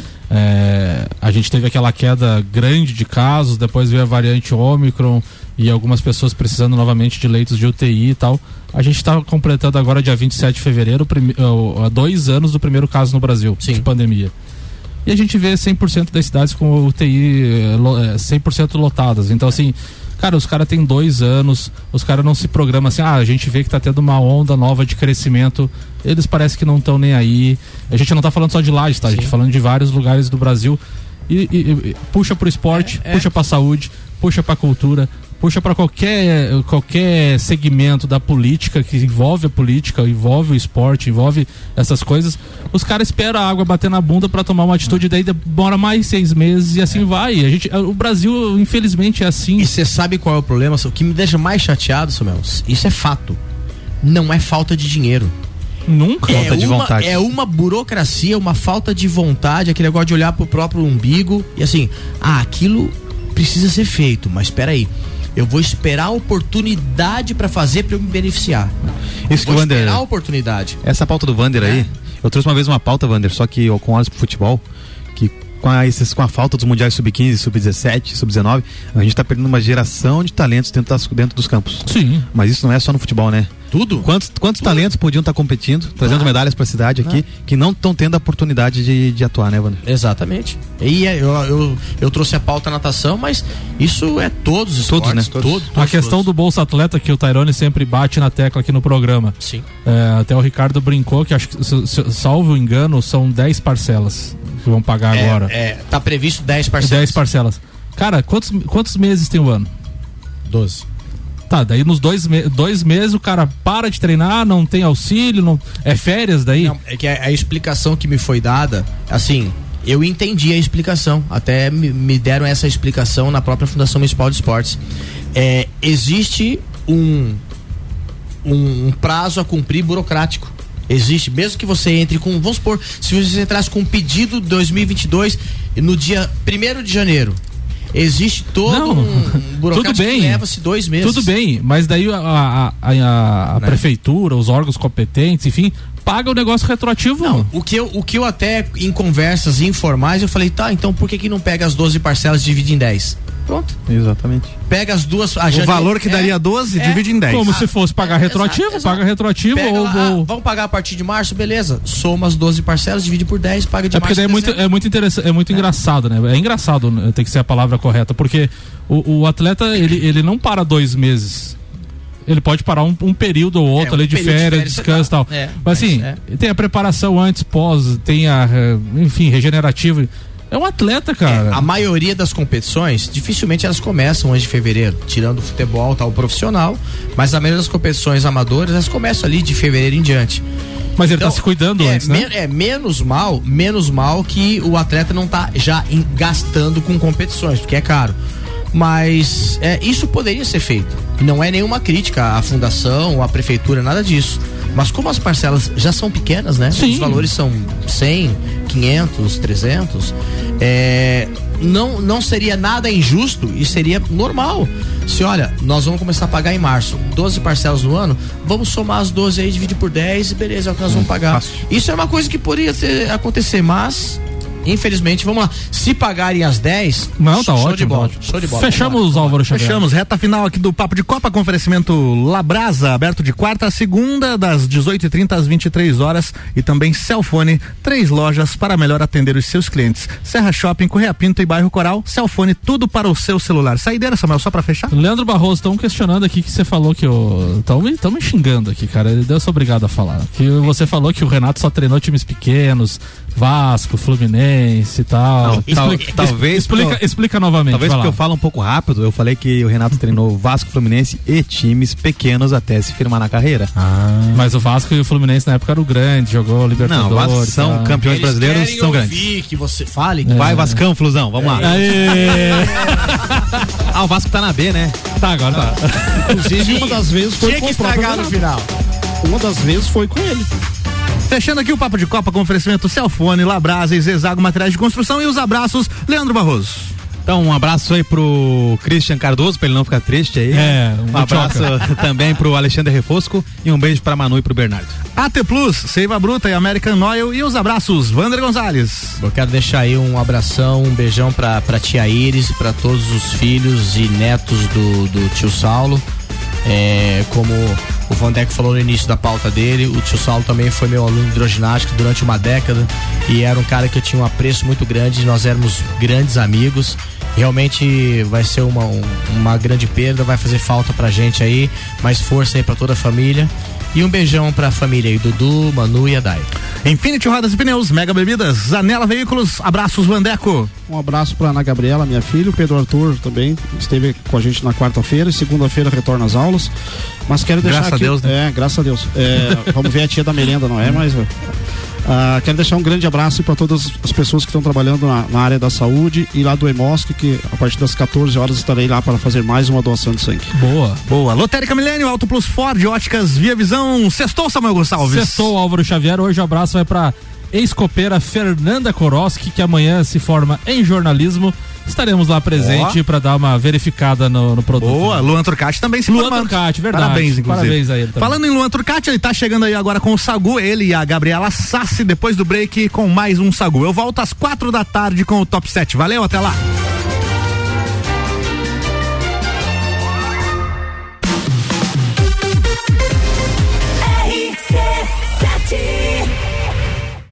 A gente teve aquela queda grande de casos, depois veio a variante Ômicron e algumas pessoas precisando novamente de leitos de UTI e tal. A gente tá completando agora, dia 27 de fevereiro, há 2 anos do primeiro caso no Brasil. Sim. De pandemia. E a gente vê 100% das cidades com UTI 100% lotadas. Então, assim, cara, os caras têm 2 anos, os caras não se programam assim, a gente vê que tá tendo uma onda nova de crescimento, eles parecem que não estão nem aí. A gente não tá falando só de Lages, tá? A gente tá falando de vários lugares do Brasil. E puxa pro esporte, puxa pra saúde, puxa pra cultura, puxa para qualquer segmento da política que envolve a política, envolve o esporte, envolve essas coisas. Os caras esperam a água bater na bunda para tomar uma atitude, daí demora mais 6 meses e assim vai. O Brasil, infelizmente, é assim. E você sabe qual é o problema? O que me deixa mais chateado, Samuel, isso é fato. Não é falta de dinheiro. Nunca. Falta de vontade. É uma burocracia, uma falta de vontade, aquele negócio de olhar pro próprio umbigo e assim, aquilo precisa ser feito, mas espera aí. Eu vou esperar a oportunidade para fazer, para eu me beneficiar. Isso que o Vander, esperar a oportunidade. Essa pauta do Vander aí, eu trouxe uma vez uma pauta, Vander, só que com olhos pro futebol, que com a falta dos mundiais sub-15, sub-17, sub-19, a gente tá perdendo uma geração de talentos dentro dos campos. Sim. Mas isso não é só no futebol, né? Tudo? Quantos talentos podiam estar competindo, trazendo medalhas pra cidade aqui, que não estão tendo a oportunidade de atuar, né, Vander? Exatamente. E eu trouxe a pauta natação, mas isso é todos os esportes, né? Todos, a questão do Bolsa Atleta, que o Tairone sempre bate na tecla aqui no programa. Sim. Até o Ricardo brincou que, acho que, salvo o engano, são 10 parcelas que vão pagar agora. Tá previsto 10 parcelas. 10 parcelas. Cara, quantos meses tem o ano? 12. Tá, daí nos 2 meses o cara para de treinar, não tem auxílio, não é férias daí? Não, é que a explicação que me foi dada, assim, eu entendi a explicação, até me deram essa explicação na própria Fundação Municipal de Esportes. Existe um prazo a cumprir burocrático. Existe, mesmo que você entre com, vamos supor, se você entrasse com um pedido 2022 no dia 1º de janeiro, existe todo um burocrático que leva-se 2 meses. Tudo bem, mas daí a prefeitura, os órgãos competentes, enfim, paga o negócio retroativo. Não, o que eu até em conversas informais eu falei, tá, então por que não pega as 12 parcelas e divide em 10? Pronto. Exatamente. Pega as duas. O valor que daria 12, divide em 10. Como se fosse pagar retroativo, exato. Paga retroativo vamos pagar a partir de março, beleza. Soma as 12 parcelas, divide por 10, paga de março. Porque daí é muito interessante, é muito engraçado, né? É engraçado, tem que ser a palavra correta, porque o atleta, ele não para 2 meses. Ele pode parar um período ou outro ali de férias, descanso e tal. Mas assim, tem a preparação antes, pós, tem enfim, regenerativo. É um atleta, cara. A maioria das competições, dificilmente elas começam antes de fevereiro, tirando o futebol, tal, o profissional, mas a maioria das competições amadoras, elas começam ali de fevereiro em diante. Mas ele tá se cuidando antes, né? Menos mal que o atleta não tá já gastando com competições, porque é caro. Mas isso poderia ser feito. Não é nenhuma crítica à fundação, à prefeitura, nada disso. Mas como as parcelas já são pequenas, né? Sim. Os valores são 100, 500, 300. Não seria nada injusto e seria normal. Se olha, nós vamos começar a pagar em março 12 parcelas no ano, vamos somar as 12 aí, dividir por 10 e beleza, é o que nós vamos pagar. Fácil. Isso é uma coisa que poderia acontecer, mas Infelizmente, vamos lá. Se pagarem às 10, não, tá show ótimo, de bola. tá Show de bola. Fechamos, Álvaro Xavier. Fechamos, reta final aqui do Papo de Copa com oferecimento Labrasa, aberto de quarta a segunda, das 18h30 às 23 horas, e também Celfone, 3 lojas para melhor atender os seus clientes. Serra Shopping, Correia Pinto e Bairro Coral. Celfone, tudo para o seu celular. Saideira, Samuel, só para fechar? Leandro Barroso, estão questionando aqui que você falou que eu... Estão me xingando aqui, cara. Eu sou obrigado a falar. Que você falou que o Renato só treinou times pequenos, Vasco, Fluminense e tal. Talvez explica novamente. Talvez porque eu falo um pouco rápido. Eu falei que o Renato treinou Vasco, Fluminense e times pequenos até se firmar na carreira. Mas o Vasco e o Fluminense na época eram grandes, jogou Libertadores. Não, Vasco são campeões brasileiros, são grandes. Que você fale. Vai, Vascão, Flusão, vamos lá. O Vasco tá na B, né? Tá, agora tá. Inclusive, uma das vezes foi com o próprio no final. Uma das vezes foi com ele. Fechando aqui o Papo de Copa com oferecimento Celfone, Labrasa e Zezago Materiais de Construção, e os abraços, Leandro Barroso. Então, um abraço aí pro Christian Cardoso, pra ele não ficar triste aí. Um abraço também pro Alexandre Refosco e um beijo pra Manu e pro Bernardo. AT Plus, Seiva Bruta e American Oil, e os abraços, Wander Gonzalez. Eu quero deixar aí um abração, um beijão pra tia Iris, pra todos os filhos e netos do tio Saulo. Como o Vandeco falou no início da pauta dele, o tio Saulo também foi meu aluno de hidroginástica durante uma década e era um cara que eu tinha um apreço muito grande, nós éramos grandes amigos. Realmente vai ser uma grande perda, vai fazer falta pra gente aí, mais força aí pra toda a família. E um beijão pra família aí, Dudu, Manu e Adai. Infinity Rodas e Pneus, Mega Bebidas, Zanela Veículos, abraços, Vandeco. Um abraço pra Ana Gabriela, minha filha, o Pedro Arthur também esteve com a gente na quarta-feira e segunda-feira retorna às aulas. Mas quero deixar graças aqui... a Deus, né? Graças a Deus. Vamos ver a tia da merenda, não é? Mas... quero deixar um grande abraço para todas as pessoas que estão trabalhando na área da saúde e lá do Emosc, que a partir das 14 horas estarei lá para fazer mais uma doação de sangue. Boa. Lotérica Milênio, Auto Plus Ford, Óticas Via Visão. Sextou, Samuel Gonçalves. Sextou, Álvaro Xavier. Hoje o abraço vai para ex-copeira Fernanda Koroski, que amanhã se forma em jornalismo. Estaremos lá presente para dar uma verificada no produto. Boa, Luan Turcati também se formando. Luan Turcati, verdade. Parabéns, inclusive. Parabéns a ele também. Falando em Luan Turcati, ele tá chegando aí agora com o Sagu, ele e a Gabriela Sassi, depois do break com mais um Sagu. Eu volto às 4 da tarde com o Top 7. Valeu, até lá.